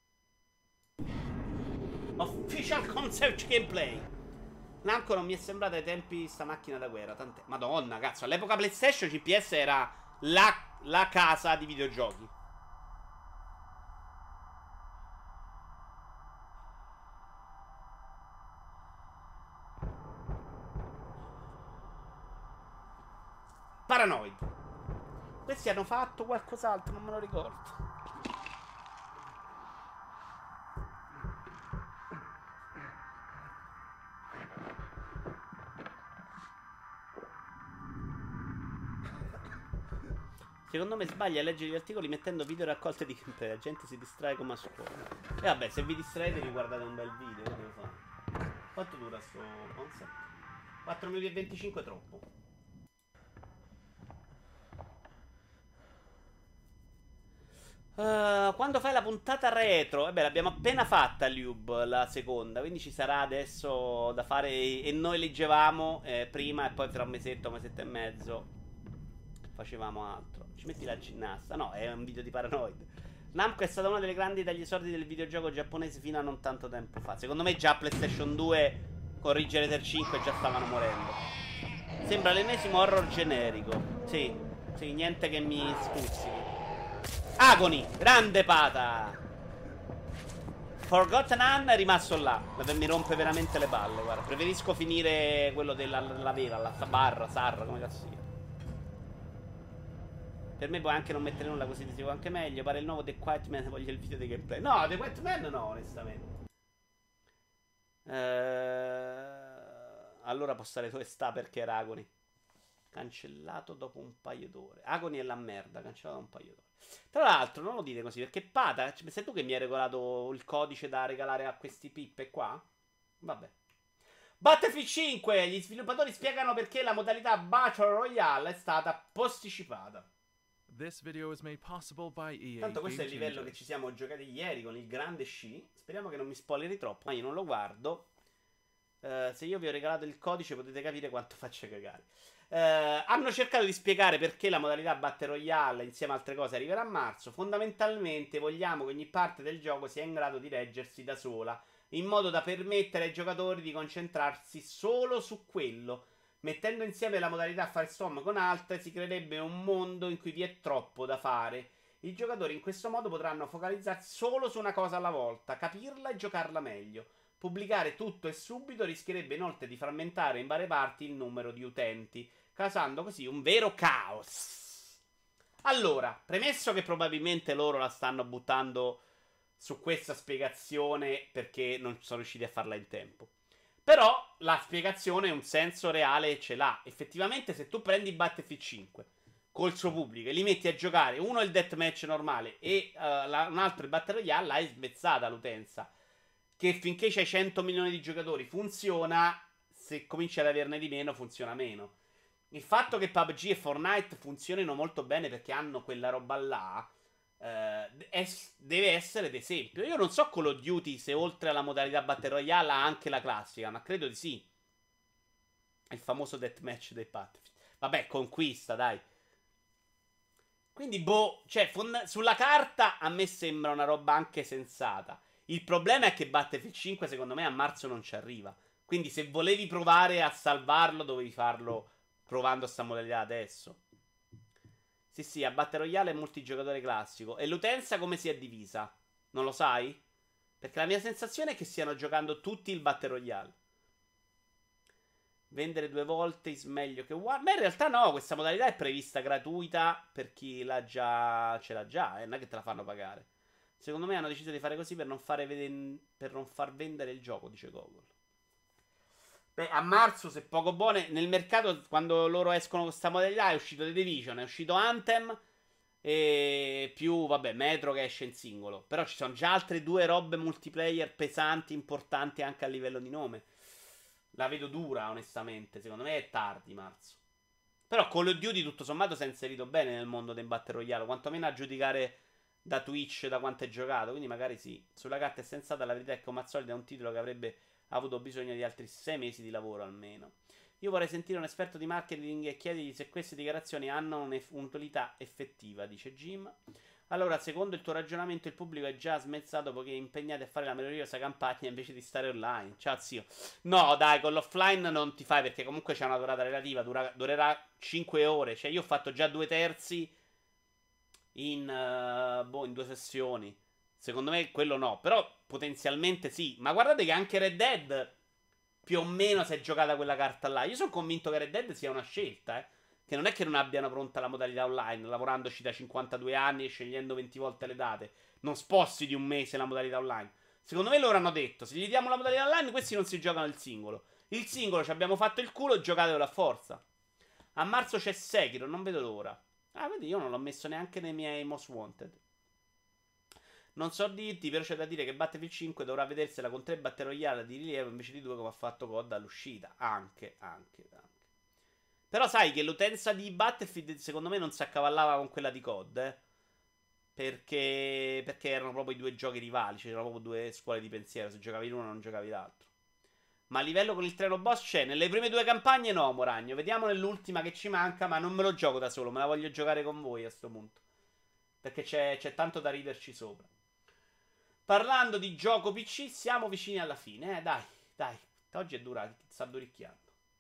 Official Concept Gameplay. Namco non mi è sembrata ai tempi sta macchina da guerra. Tant'è. Madonna, cazzo. All'epoca PlayStation CPS era la casa di videogiochi. Paranoid. Questi hanno fatto qualcos'altro, non me lo ricordo. Secondo me sbaglia a leggere gli articoli mettendo video raccolte di gameplay. La gente si distrae come a scuola. E vabbè, se vi distraete vi guardate un bel video. Che devo fare? Quanto dura sto concept? 4 minuti e 25 troppo. Quando fai la puntata retro? Beh, l'abbiamo appena fatta, Lube, la seconda. Quindi ci sarà adesso da fare. E noi leggevamo prima e poi tra un mesetto e mezzo facevamo altro. Ci metti la ginnasta? No, è un video di Paranoid. Namco è stata una delle grandi dagli esordi del videogioco giapponese fino a non tanto tempo fa. Secondo me già PlayStation 2 con Ridge Racer 5 già stavano morendo. Sembra l'ennesimo horror generico. Sì, sì, niente che mi stuzzichi. Agony, grande pata. Forgotten Anne è rimasto là. Mi rompe veramente le palle, guarda. Preferisco finire quello della vera, la barra, Sarra, come cazzo si chiama. Per me puoi anche non mettere nulla, così ti seguo anche meglio. Pare il nuovo The Quiet Man, voglio il video di gameplay. No, The Quiet Man no, onestamente. Allora può stare dove sta perché era Agony. Cancellato dopo un paio d'ore. Agony è la merda, cancellato dopo un paio d'ore. Tra l'altro, non lo dite così, perché Pata, sei tu che mi hai regolato il codice da regalare a questi pippe qua? Vabbè. Battlefield 5, gli sviluppatori spiegano perché la modalità Battle Royale è stata posticipata. Tanto questo è il livello che ci siamo giocati ieri con il grande sci. Speriamo che non mi spoileri troppo, ma io non lo guardo. Se io vi ho regalato il codice potete capire quanto faccia cagare. Hanno cercato di spiegare perché la modalità Battle Royale insieme a altre cose arriverà a marzo. Fondamentalmente vogliamo che ogni parte del gioco sia in grado di reggersi da sola, in modo da permettere ai giocatori di concentrarsi solo su quello. Mettendo insieme la modalità Firestorm con altre si creerebbe un mondo in cui vi è troppo da fare. I giocatori in questo modo potranno focalizzarsi solo su una cosa alla volta, capirla e giocarla meglio. Pubblicare tutto e subito rischierebbe inoltre di frammentare in varie parti il numero di utenti, causando così un vero caos. Allora, premesso che probabilmente loro la stanno buttando su questa spiegazione perché non sono riusciti a farla in tempo. Però la spiegazione un senso reale ce l'ha. Effettivamente se tu prendi Battlefield 5 col suo pubblico e li metti a giocare, uno il deathmatch normale e un altro il Battle Royale, hai svezzata l'utenza. Che finché c'hai 100 milioni di giocatori funziona, se cominci ad averne di meno funziona meno. Il fatto che PUBG e Fortnite funzionino molto bene perché hanno quella roba là deve essere d'esempio. Io non so Call of Duty se oltre alla modalità Battle Royale ha anche la classica, ma credo di sì. Il famoso deathmatch dei Battlefield. Vabbè, conquista, dai. Quindi, boh, cioè, sulla carta a me sembra una roba anche sensata. Il problema è che Battlefield 5 secondo me a marzo non ci arriva. Quindi se volevi provare a salvarlo dovevi farlo provando sta modalità adesso. Sì, sì, a Battle Royale è multigiocatore classico. E l'utenza come si è divisa? Non lo sai? Perché la mia sensazione è che stiano giocando tutti il Battle Royale. Vendere 2 volte is meglio che War. Ma in realtà no, questa modalità è prevista gratuita per chi l'ha già, ce l'ha già, non è che te la fanno pagare. Secondo me hanno deciso di fare così per non far vendere il gioco, dice Google. Beh, a marzo, se poco buone, nel mercato, quando loro escono con questa modalità, è uscito The Division, è uscito Anthem e più, vabbè, Metro che esce in singolo. Però ci sono già altre 2 robe multiplayer pesanti, importanti anche a livello di nome. La vedo dura, onestamente. Secondo me è tardi, marzo. Però Call of Duty, tutto sommato, si è inserito bene nel mondo del Battle Royale, quantomeno a giudicare da Twitch, da quanto è giocato. Quindi magari sì. Sulla carta è sensata, la verità è che come al solito è un titolo che avrebbe avuto bisogno di altri 6 mesi di lavoro almeno. Io vorrei sentire un esperto di marketing e chiedergli se queste dichiarazioni hanno un'utilità effettiva, dice Jim. Allora, secondo il tuo ragionamento, il pubblico è già smezzato poiché è impegnato a fare la meravigliosa campagna invece di stare online. Ciao zio. No, dai, con l'offline non ti fai perché comunque c'è una durata relativa, durerà 5 ore. Cioè io ho fatto già 2/3 in 2 sessioni. Secondo me quello no, però potenzialmente sì. Ma guardate che anche Red Dead più o meno si è giocata quella carta là. Io sono convinto che Red Dead sia una scelta, che non è che non abbiano pronta la modalità online, lavorandoci da 52 anni e scegliendo 20 volte le date. Non sposti di un mese la modalità online. Secondo me loro hanno detto, se gli diamo la modalità online, questi non si giocano il singolo. Il singolo ci abbiamo fatto il culo, giocatelo a forza. A marzo c'è Sekiro, non vedo l'ora. Ah, vedi, io non l'ho messo neanche nei miei Most Wanted. Non so dirti, però c'è da dire che Battlefield 5 dovrà vedersela con 3 Battle Royale di rilievo invece di 2 come ha fatto COD all'uscita. Anche. Però sai che l'utenza di Battlefield secondo me non si accavallava con quella di COD, perché erano proprio i due giochi rivali, c'erano proprio due scuole di pensiero, se giocavi l'uno non giocavi l'altro. Ma a livello con il treno boss c'è, nelle prime due campagne no, Moragno, vediamo nell'ultima che ci manca, ma non me lo gioco da solo, me la voglio giocare con voi a sto punto, perché c'è tanto da riderci sopra. Parlando di gioco PC, siamo vicini alla fine, dai, oggi è dura, sta duricchiando.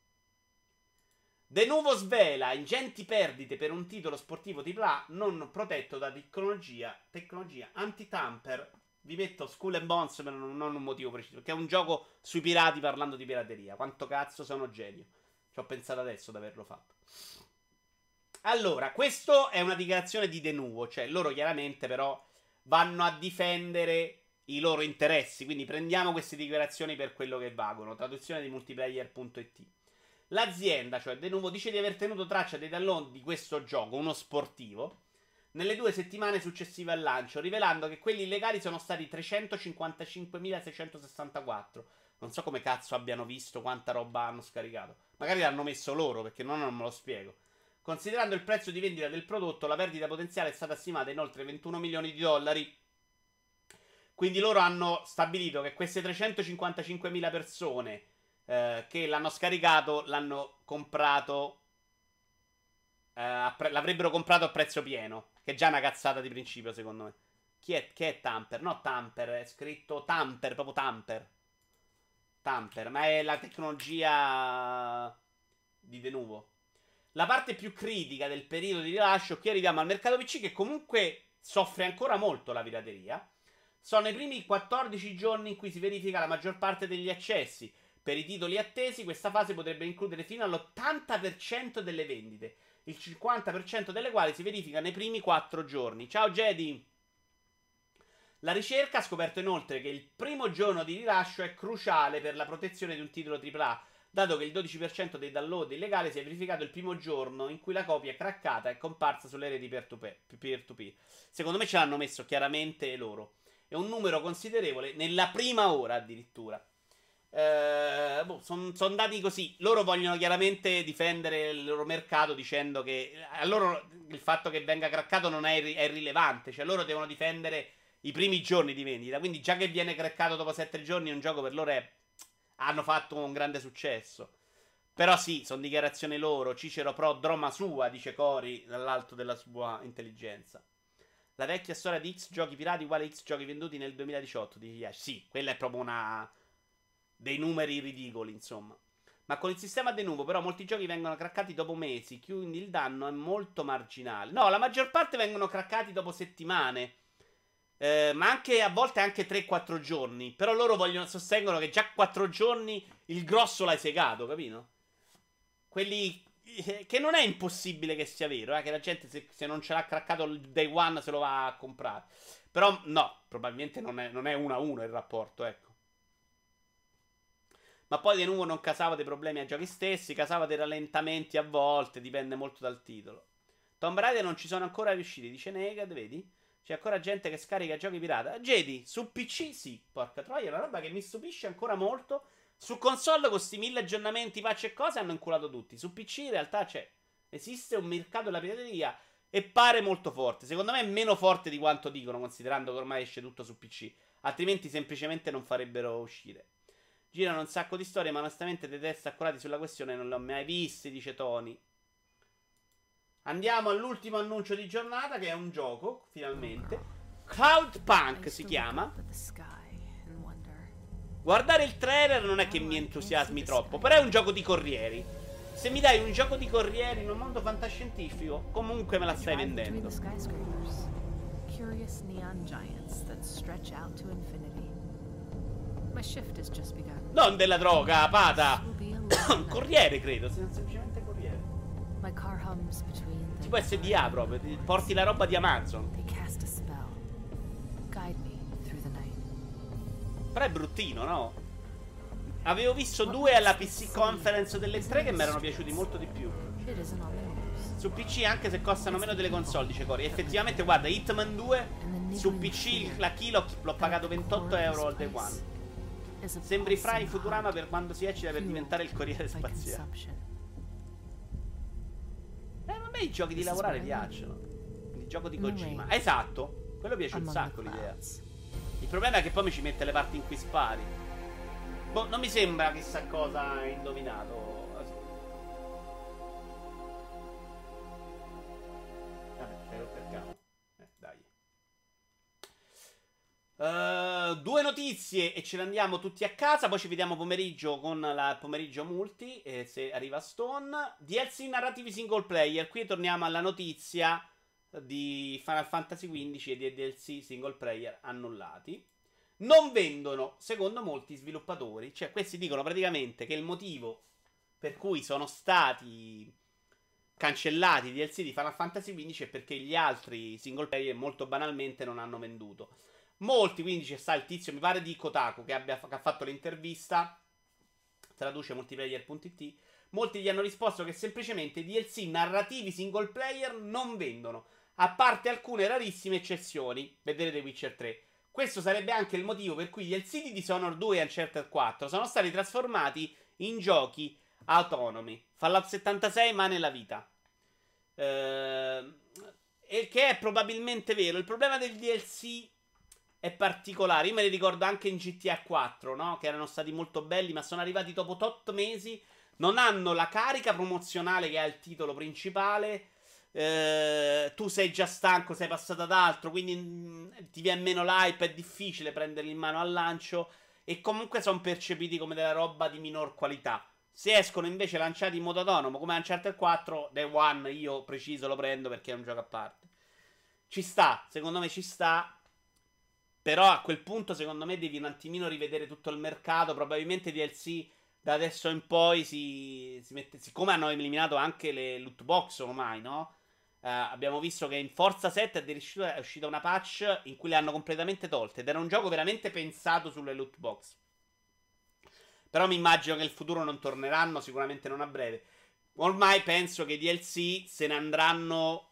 De nuovo svela ingenti perdite per un titolo sportivo AAA non protetto da tecnologia anti-tamper. Vi metto Skull and Bones per non un motivo preciso, perché è un gioco sui pirati parlando di pirateria. Quanto cazzo sono genio. Ci ho pensato adesso di averlo fatto. Allora, questo è una dichiarazione di De Nuvo, cioè loro chiaramente però vanno a difendere i loro interessi, quindi prendiamo queste dichiarazioni per quello che valgono. Traduzione di multiplayer.it. L'azienda, cioè De Nuvo, dice di aver tenuto traccia dei download di questo gioco, uno sportivo, nelle 2 settimane successive al lancio, rivelando che quelli illegali sono stati 355.664. Non so come cazzo abbiano visto quanta roba hanno scaricato. Magari l'hanno messo loro, perché non me lo spiego. Considerando il prezzo di vendita del prodotto, la perdita potenziale è stata stimata in oltre 21 milioni di dollari. Quindi loro hanno stabilito che queste 355.000 persone che l'hanno scaricato l'hanno comprato, l'avrebbero comprato a prezzo pieno, che è già una cazzata di principio secondo me. Che è Tamper? No, Tamper, è scritto Tamper, proprio Tamper, ma è la tecnologia di De Nuvo. La parte più critica del periodo di rilascio, qui arriviamo al mercato PC che comunque soffre ancora molto la pirateria. Sono i primi 14 giorni in cui si verifica la maggior parte degli accessi. Per i titoli attesi, questa fase potrebbe includere fino all'80% delle vendite, il 50% delle quali si verifica nei primi 4 giorni. Ciao Jedi! La ricerca ha scoperto inoltre che il primo giorno di rilascio è cruciale per la protezione di un titolo AAA, dato che il 12% dei download illegali si è verificato il primo giorno in cui la copia è craccata e comparsa sulle reti peer-to-peer. Secondo me ce l'hanno messo chiaramente loro. È un numero considerevole nella prima ora addirittura. Sono dati così. Loro vogliono chiaramente difendere il loro mercato dicendo che a loro il fatto che venga craccato non è rilevante. Cioè loro devono difendere i primi giorni di vendita. Quindi già che viene craccato dopo 7 giorni un gioco per loro hanno fatto un grande successo. Però sì, sono dichiarazioni loro. Cicero pro Droma sua, dice Cori dall'alto della sua intelligenza. La vecchia storia di X giochi pirati uguale X giochi venduti nel 2018 di Yash. Sì, quella è proprio dei numeri ridicoli, insomma. Ma con il sistema De Nuvo, però, molti giochi vengono craccati dopo mesi, quindi il danno è molto marginale. No, la maggior parte vengono craccati dopo settimane. Ma anche a volte anche 3-4 giorni. Però loro sostengono che già 4 giorni il grosso l'hai segato, capito? Quelli che non è impossibile che sia vero, che la gente se non ce l'ha craccato il day one se lo va a comprare. Però no, probabilmente non è 1-1 il rapporto, ecco. Ma poi De Nuvo non casava dei problemi ai giochi stessi, casava dei rallentamenti a volte, dipende molto dal titolo. Tomb Raider non ci sono ancora riusciti, dice Negad, vedi? C'è ancora gente che scarica giochi pirata. Jedi, su PC sì, porca troia, è una roba che mi stupisce ancora molto. Su console con questi 1000 aggiornamenti, patch e cose hanno inculato tutti. Su PC in realtà esiste un mercato della pirateria e pare molto forte. Secondo me è meno forte di quanto dicono, considerando che ormai esce tutto su PC. Altrimenti semplicemente non farebbero uscire. Girano un sacco di storie, ma onestamente dei test accurati sulla questione non li ho mai visti, dice Tony. Andiamo all'ultimo annuncio di giornata, che è un gioco, finalmente. Cloudpunk si chiama. Guardare il trailer non è che mi entusiasmi troppo, però è un gioco di corrieri. Se mi dai un gioco di corrieri in un mondo fantascientifico, comunque me la stai vendendo. Non della droga, pata. Un corriere, credo. Semplicemente corriere. Tipo SDA proprio. Porti la roba di Amazon. Però è bruttino, no? Avevo visto 2 alla PC Conference delle 3 che mi erano piaciuti molto di più. Su PC anche se costano meno delle console, dice Cory. Effettivamente, guarda, Hitman 2 su PC la key l'ho pagato 28 euro al day one. Sembri Fry Futurama per quando si eccita per diventare il corriere spaziale. A me i giochi di lavorare piacciono. Il gioco di Kojima. Esatto, quello piace un sacco l'idea. Il problema è che poi mi ci mette le parti in cui spari. Boh, non mi sembra chissà cosa hai indovinato. Due notizie e ce ne andiamo tutti a casa. Poi ci vediamo pomeriggio con la pomeriggio multi. Se arriva Stone. DLC narrativi single player. Qui torniamo alla notizia di Final Fantasy XV e di DLC single player annullati. Non vendono, secondo molti sviluppatori. Cioè, questi dicono praticamente che il motivo per cui sono stati cancellati i DLC di Final Fantasy XV è perché gli altri single player molto banalmente non hanno venduto. Molti, quindi c'è sta il tizio, mi pare di Kotaku, che ha fatto l'intervista, traduce multiplayer.it. Molti gli hanno risposto che semplicemente i DLC narrativi single player non vendono, a parte alcune rarissime eccezioni. Vedrete Witcher 3. Questo sarebbe anche il motivo per cui gli DLC di Dishonored 2 e Uncharted 4 sono stati trasformati in giochi autonomi. Fallout 76 ma nella vita. E che è probabilmente vero. Il problema del DLC è particolare. Io me li ricordo anche in GTA 4, no? Che erano stati molto belli, ma sono arrivati dopo 8 mesi. Non hanno la carica promozionale che ha il titolo principale. Tu sei già stanco, sei passato ad altro, quindi ti viene meno l'hype, è difficile prenderli in mano al lancio. E comunque sono percepiti come della roba di minor qualità. Se escono invece lanciati in modo autonomo, come Uncharted 4, Day One io preciso lo prendo perché è un gioco a parte. Ci sta, secondo me ci sta. Però a quel punto secondo me devi un attimino rivedere tutto il mercato. Probabilmente DLC da adesso in poi si mette. Siccome hanno eliminato anche le loot box ormai, no? Abbiamo visto che in Forza 7 è uscita una patch in cui le hanno completamente tolte. Ed era un gioco veramente pensato sulle loot box. Però mi immagino che il futuro non torneranno, sicuramente non a breve. Ormai penso che i DLC se ne andranno.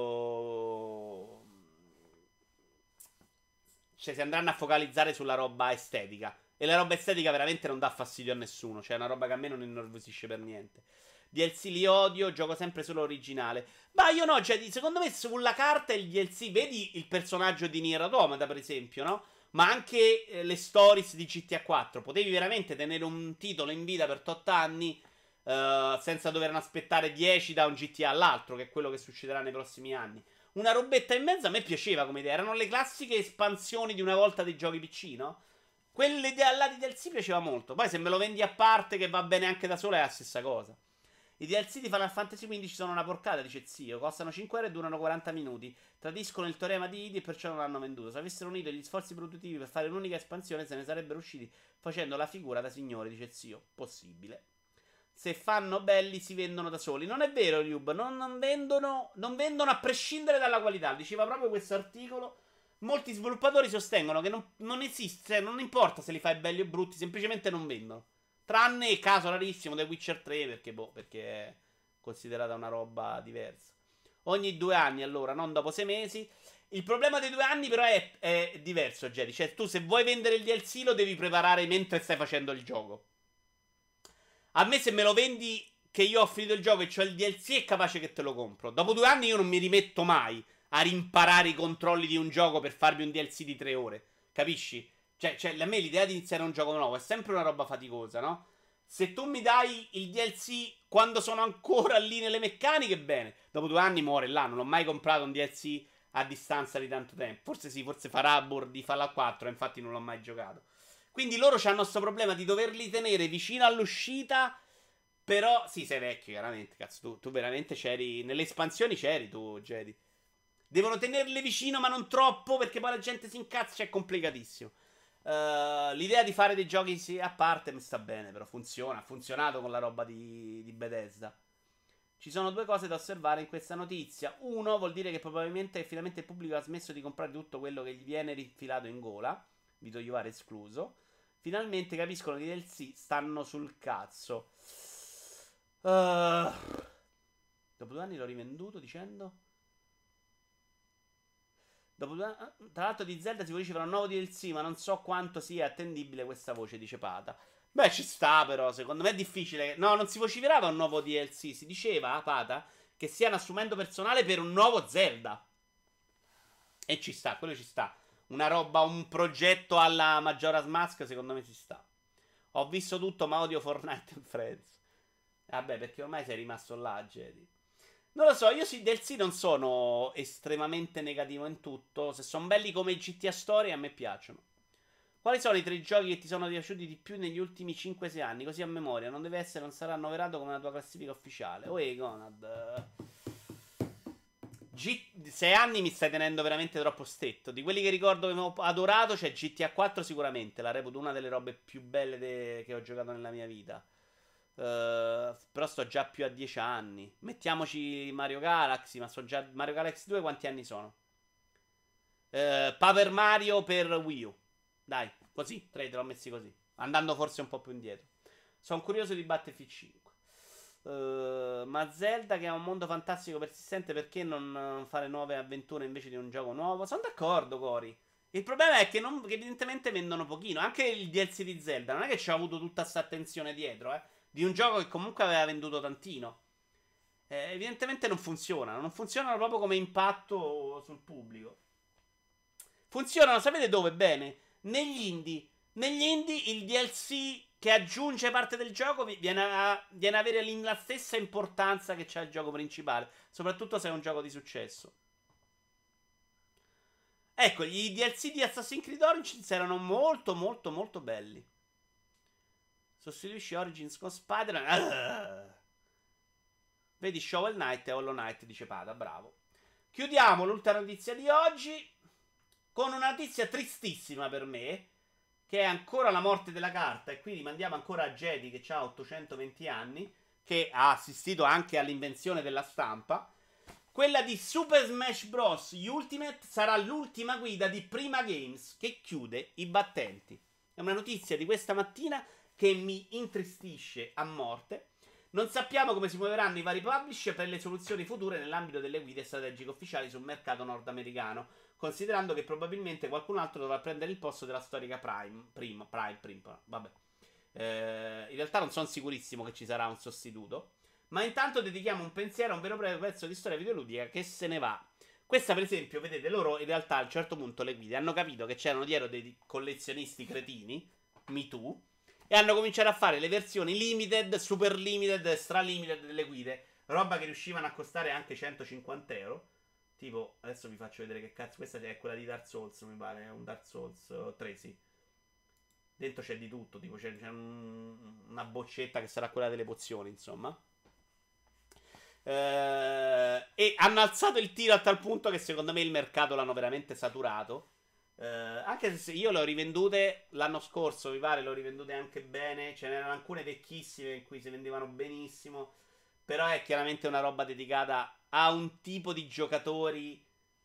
Cioè, si andranno a focalizzare sulla roba estetica. E la roba estetica veramente non dà fastidio a nessuno. Cioè, è una roba che a me non innervosisce per niente. DLC li odio, gioco sempre solo originale. Ma io no, cioè, secondo me sulla carta il DLC, vedi il personaggio di Nier Automata, per esempio, no? Ma anche le stories di GTA 4. Potevi veramente tenere un titolo in vita per 8 anni senza dover aspettare 10 da un GTA all'altro, che è quello che succederà nei prossimi anni. Una robetta in mezzo a me piaceva come idea. Erano le classiche espansioni di una volta dei giochi PC, no? Quell'idea là di DLC piaceva molto. Poi se me lo vendi a parte che va bene anche da sola è la stessa cosa. I DLC di Final Fantasy XV sono una porcata, dice zio. Costano 5 euro e durano 40 minuti. Tradiscono il teorema di Idi e perciò non l'hanno venduto. Se avessero unito gli sforzi produttivi per fare un'unica espansione se ne sarebbero usciti facendo la figura da signore, dice zio. Possibile. Se fanno belli si vendono da soli. Non è vero, Yub. Non vendono a prescindere dalla qualità. Diceva proprio questo articolo. Molti sviluppatori sostengono che non esiste, cioè non importa se li fai belli o brutti, semplicemente non vendono. Tranne il caso rarissimo The Witcher 3, perché è considerata una roba diversa. Ogni 2 anni, allora, non dopo 6 mesi. Il problema dei 2 anni, però, è diverso, Jedi. Cioè, tu se vuoi vendere il DLC lo devi preparare mentre stai facendo il gioco. A me se me lo vendi che io ho finito il gioco e c'ho il DLC è capace che te lo compro. Dopo 2 anni io non mi rimetto mai a rimparare i controlli di un gioco per farmi un DLC di 3 ore. Capisci? Cioè, a me l'idea di iniziare un gioco nuovo è sempre una roba faticosa, no? Se tu mi dai il DLC quando sono ancora lì nelle meccaniche, bene. Dopo 2 anni muore là. Non ho mai comprato un DLC a distanza di tanto tempo. Forse sì, forse farà Arbor di Fallout 4, infatti non l'ho mai giocato. Quindi loro hanno questo problema di doverli tenere vicino all'uscita. Però, sì, sei vecchio, chiaramente. Cazzo, tu veramente c'eri. Nelle espansioni c'eri tu, Jedi. Devono tenerle vicino, ma non troppo, perché poi la gente si incazza. Cioè, è complicatissimo. L'idea di fare dei giochi a parte mi sta bene, però funziona. Ha funzionato con la roba di Bethesda. Ci sono 2 cose da osservare in questa notizia. Uno, vuol dire che probabilmente finalmente il pubblico ha smesso di comprare tutto quello che gli viene rifilato in gola. Vito Iuvara escluso. Finalmente capiscono che i DLC stanno sul cazzo. Dopo 2 anni l'ho rivenduto dicendo... Dopo 2 anni... Tra l'altro di Zelda si vocifera un nuovo DLC, ma non so quanto sia attendibile questa voce, dice Pata. Beh, ci sta però, secondo me è difficile. No, non si vociferava un nuovo DLC, si diceva, Pata, che stiano assumendo personale per un nuovo Zelda. E ci sta, quello ci sta. Una roba, un progetto alla Majora's Mask, secondo me ci sta. Ho visto tutto, ma odio Fortnite and Friends. Vabbè, perché ormai sei rimasto là, Jedi. Non lo so, io sì, del sì non sono estremamente negativo in tutto. Se sono belli come i GTA Story, a me piacciono. Quali sono i 3 giochi che ti sono piaciuti di più negli ultimi 5-6 anni? Così a memoria, non deve essere, non sarà annoverato come la tua classifica ufficiale. Uè, Conad. 6 anni mi stai tenendo veramente troppo stretto. Di quelli che ricordo che ho adorato, c'è GTA 4 sicuramente. La reputo una delle robe più belle che ho giocato nella mia vita. Però sto già più a 10 anni. Mettiamoci Mario Galaxy, ma so già Mario Galaxy 2 quanti anni sono? Paper Mario per Wii U. Dai, così, 3 te l'ho messi così. Andando forse un po' più indietro. Sono curioso di Battlefield 5. Ma Zelda che ha un mondo fantastico persistente, perché non fare nuove avventure invece di un gioco nuovo? Sono d'accordo, Cori. Il problema è che evidentemente vendono pochino. Anche il DLC di Zelda non è che ci ha avuto tutta questa attenzione dietro, di un gioco che comunque aveva venduto tantino. Evidentemente non funzionano. Non funzionano proprio come impatto sul pubblico. Funzionano, sapete dove? Bene. Negli indie. Negli indie il DLC che aggiunge parte del gioco viene a avere la stessa importanza che c'ha il gioco principale. Soprattutto se è un gioco di successo. Ecco, gli DLC di Assassin's Creed Origins erano molto molto molto belli. Sostituisci Origins con Spider-Man. Vedi Shovel Knight e Hollow Knight, dice Pada, bravo. Chiudiamo l'ultima notizia di oggi con una notizia tristissima per me, che è ancora la morte della carta. E qui rimandiamo ancora a Jedi, che ha 820 anni, che ha assistito anche all'invenzione della stampa. Quella di Super Smash Bros. Ultimate sarà l'ultima guida di Prima Games, che chiude i battenti. È una notizia di questa mattina che mi intristisce a morte. Non sappiamo come si muoveranno i vari publisher per le soluzioni future nell'ambito delle guide strategiche ufficiali sul mercato nordamericano, considerando che probabilmente qualcun altro dovrà prendere il posto della storica Prima. Vabbè. In realtà non sono sicurissimo che ci sarà un sostituto. Ma intanto dedichiamo un pensiero a un vero e proprio pezzo di storia videoludica che se ne va. Questa, per esempio, vedete, loro in realtà a un certo punto le guide hanno capito che c'erano dietro dei collezionisti cretini, Me Too, e hanno cominciato a fare le versioni limited, super limited, extra limited delle guide. Roba che riuscivano a costare anche 150 euro. Tipo, adesso vi faccio vedere che cazzo. Questa è quella di Dark Souls, mi pare. È un Dark Souls 3, sì. Dentro c'è di tutto. Tipo, c'è una boccetta che sarà quella delle pozioni, insomma. E hanno alzato il tiro a tal punto che secondo me il mercato l'hanno veramente saturato. Anche se io le ho rivendute l'anno scorso, mi pare, le ho rivendute anche bene. Ce n'erano alcune vecchissime in cui si vendevano benissimo. Però è chiaramente una roba dedicata a un tipo di giocatori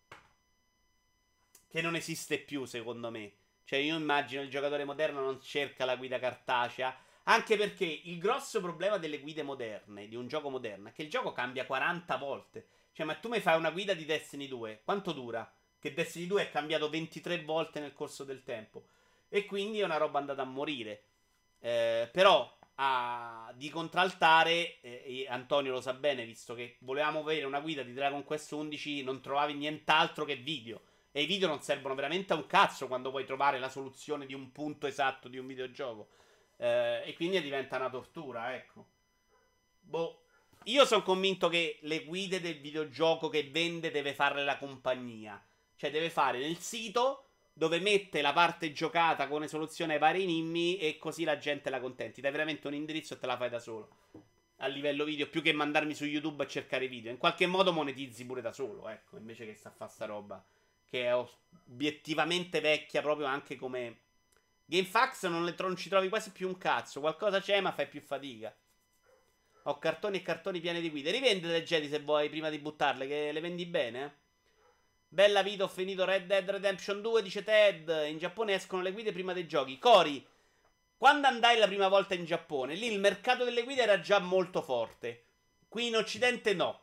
che non esiste più, secondo me. Cioè, io immagino il giocatore moderno non cerca la guida cartacea. Anche perché il grosso problema delle guide moderne, di un gioco moderno, è che il gioco cambia 40 volte. Cioè, ma tu mi fai una guida di Destiny 2, quanto dura? Che Destiny 2 è cambiato 23 volte nel corso del tempo. E quindi è una roba andata a morire. Però, di contraltare, Antonio lo sa bene, visto che volevamo avere una guida di Dragon Quest 11, non trovavi nient'altro che video. E i video non servono veramente a un cazzo quando vuoi trovare la soluzione di un punto esatto di un videogioco. E quindi diventa una tortura, ecco. Boh. Io sono convinto che le guide del videogioco che vende deve farle la compagnia. Cioè deve fare nel sito dove mette la parte giocata con le soluzioni ai vari enigmi e così la gente la contenti. Dai veramente un indirizzo e te la fai da solo. A livello video, più che mandarmi su YouTube a cercare video. In qualche modo monetizzi pure da solo, ecco. Invece che sta a fare sta roba che è obiettivamente vecchia proprio anche come... GameFAQs non ci trovi quasi più un cazzo. Qualcosa c'è, ma fai più fatica. Ho cartoni e cartoni pieni di guide. Rivendete Jedi se vuoi prima di buttarle, che le vendi bene. Bella vita, ho finito Red Dead Redemption 2, dice Ted. In Giappone escono le guide prima dei giochi. Cori, quando andai la prima volta in Giappone, lì il mercato delle guide era già molto forte. Qui in Occidente no.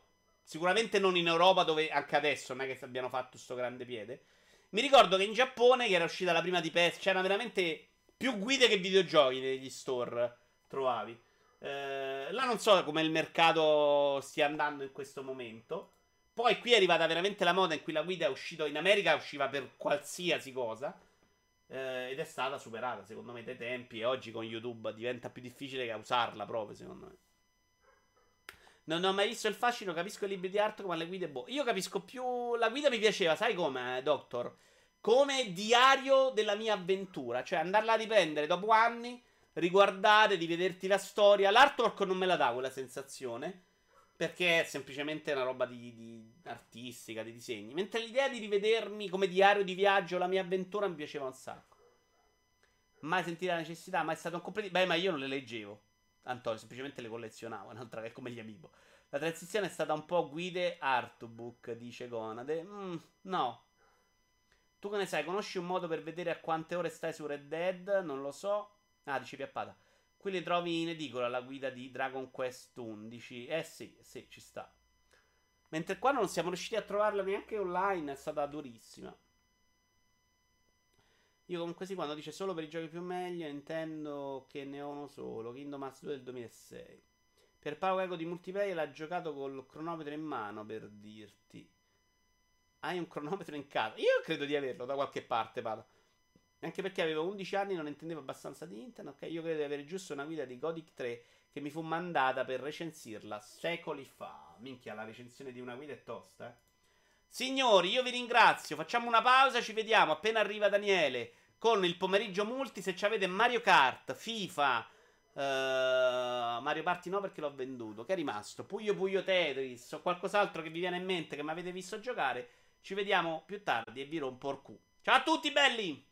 Sicuramente non in Europa, dove anche adesso non è che abbiano fatto sto grande piede. Mi ricordo che in Giappone, che era uscita la prima di PES, c'erano veramente più guide che videogiochi negli store. Trovavi. Là non so come il mercato stia andando in questo momento. Poi qui è arrivata veramente la moda in cui la guida è uscita in America, usciva per qualsiasi cosa. Ed è stata superata, secondo me, dai tempi. E oggi con YouTube diventa più difficile che usarla proprio, secondo me. Non ho mai visto il fascino, capisco i libri di arte come le guide, boh. Io capisco più. La guida mi piaceva, sai come, Doctor? Come diario della mia avventura. Cioè, andarla a riprendere dopo anni, riguardare, rivederti la storia. L'artwork non me la dà quella sensazione. Perché è semplicemente una roba di artistica, di disegni. Mentre l'idea di rivedermi come diario di viaggio la mia avventura mi piaceva un sacco. Mai sentita la necessità, mai stato un completo. Beh, ma io non le leggevo. Antonio, semplicemente le collezionavo. Un'altra che è come gli amiibo. La transizione è stata un po' guide artbook, dice Gonade. No. Tu che ne sai? Conosci un modo per vedere a quante ore stai su Red Dead? Non lo so. Ah, dici piappata. Qui li trovi in edicola la guida di Dragon Quest 11. Sì, sì, ci sta. Mentre qua non siamo riusciti a trovarla neanche online, è stata durissima. Io comunque sì, quando dice solo per i giochi più meglio, intendo che ne ho uno solo, Kingdom Hearts 2 del 2006. Per Pago Eco di multiplayer l'ha giocato col cronometro in mano, per dirti. Hai un cronometro in casa? Io credo di averlo da qualche parte, Pato. Anche perché avevo 11 anni e non intendevo abbastanza di internet. Ok, io credo di avere giusto una guida di Gothic 3 che mi fu mandata per recensirla secoli fa. Minchia, la recensione di una guida è tosta, eh. Signori, io vi ringrazio. Facciamo una pausa, ci vediamo appena arriva Daniele con il pomeriggio multi. Se ci avete Mario Kart, FIFA, Mario Party no perché l'ho venduto. Che è rimasto? Puyo Puyo Tetris o qualcos'altro che vi viene in mente che mi avete visto giocare. Ci vediamo più tardi e vi rompo il cu. Ciao a tutti belli!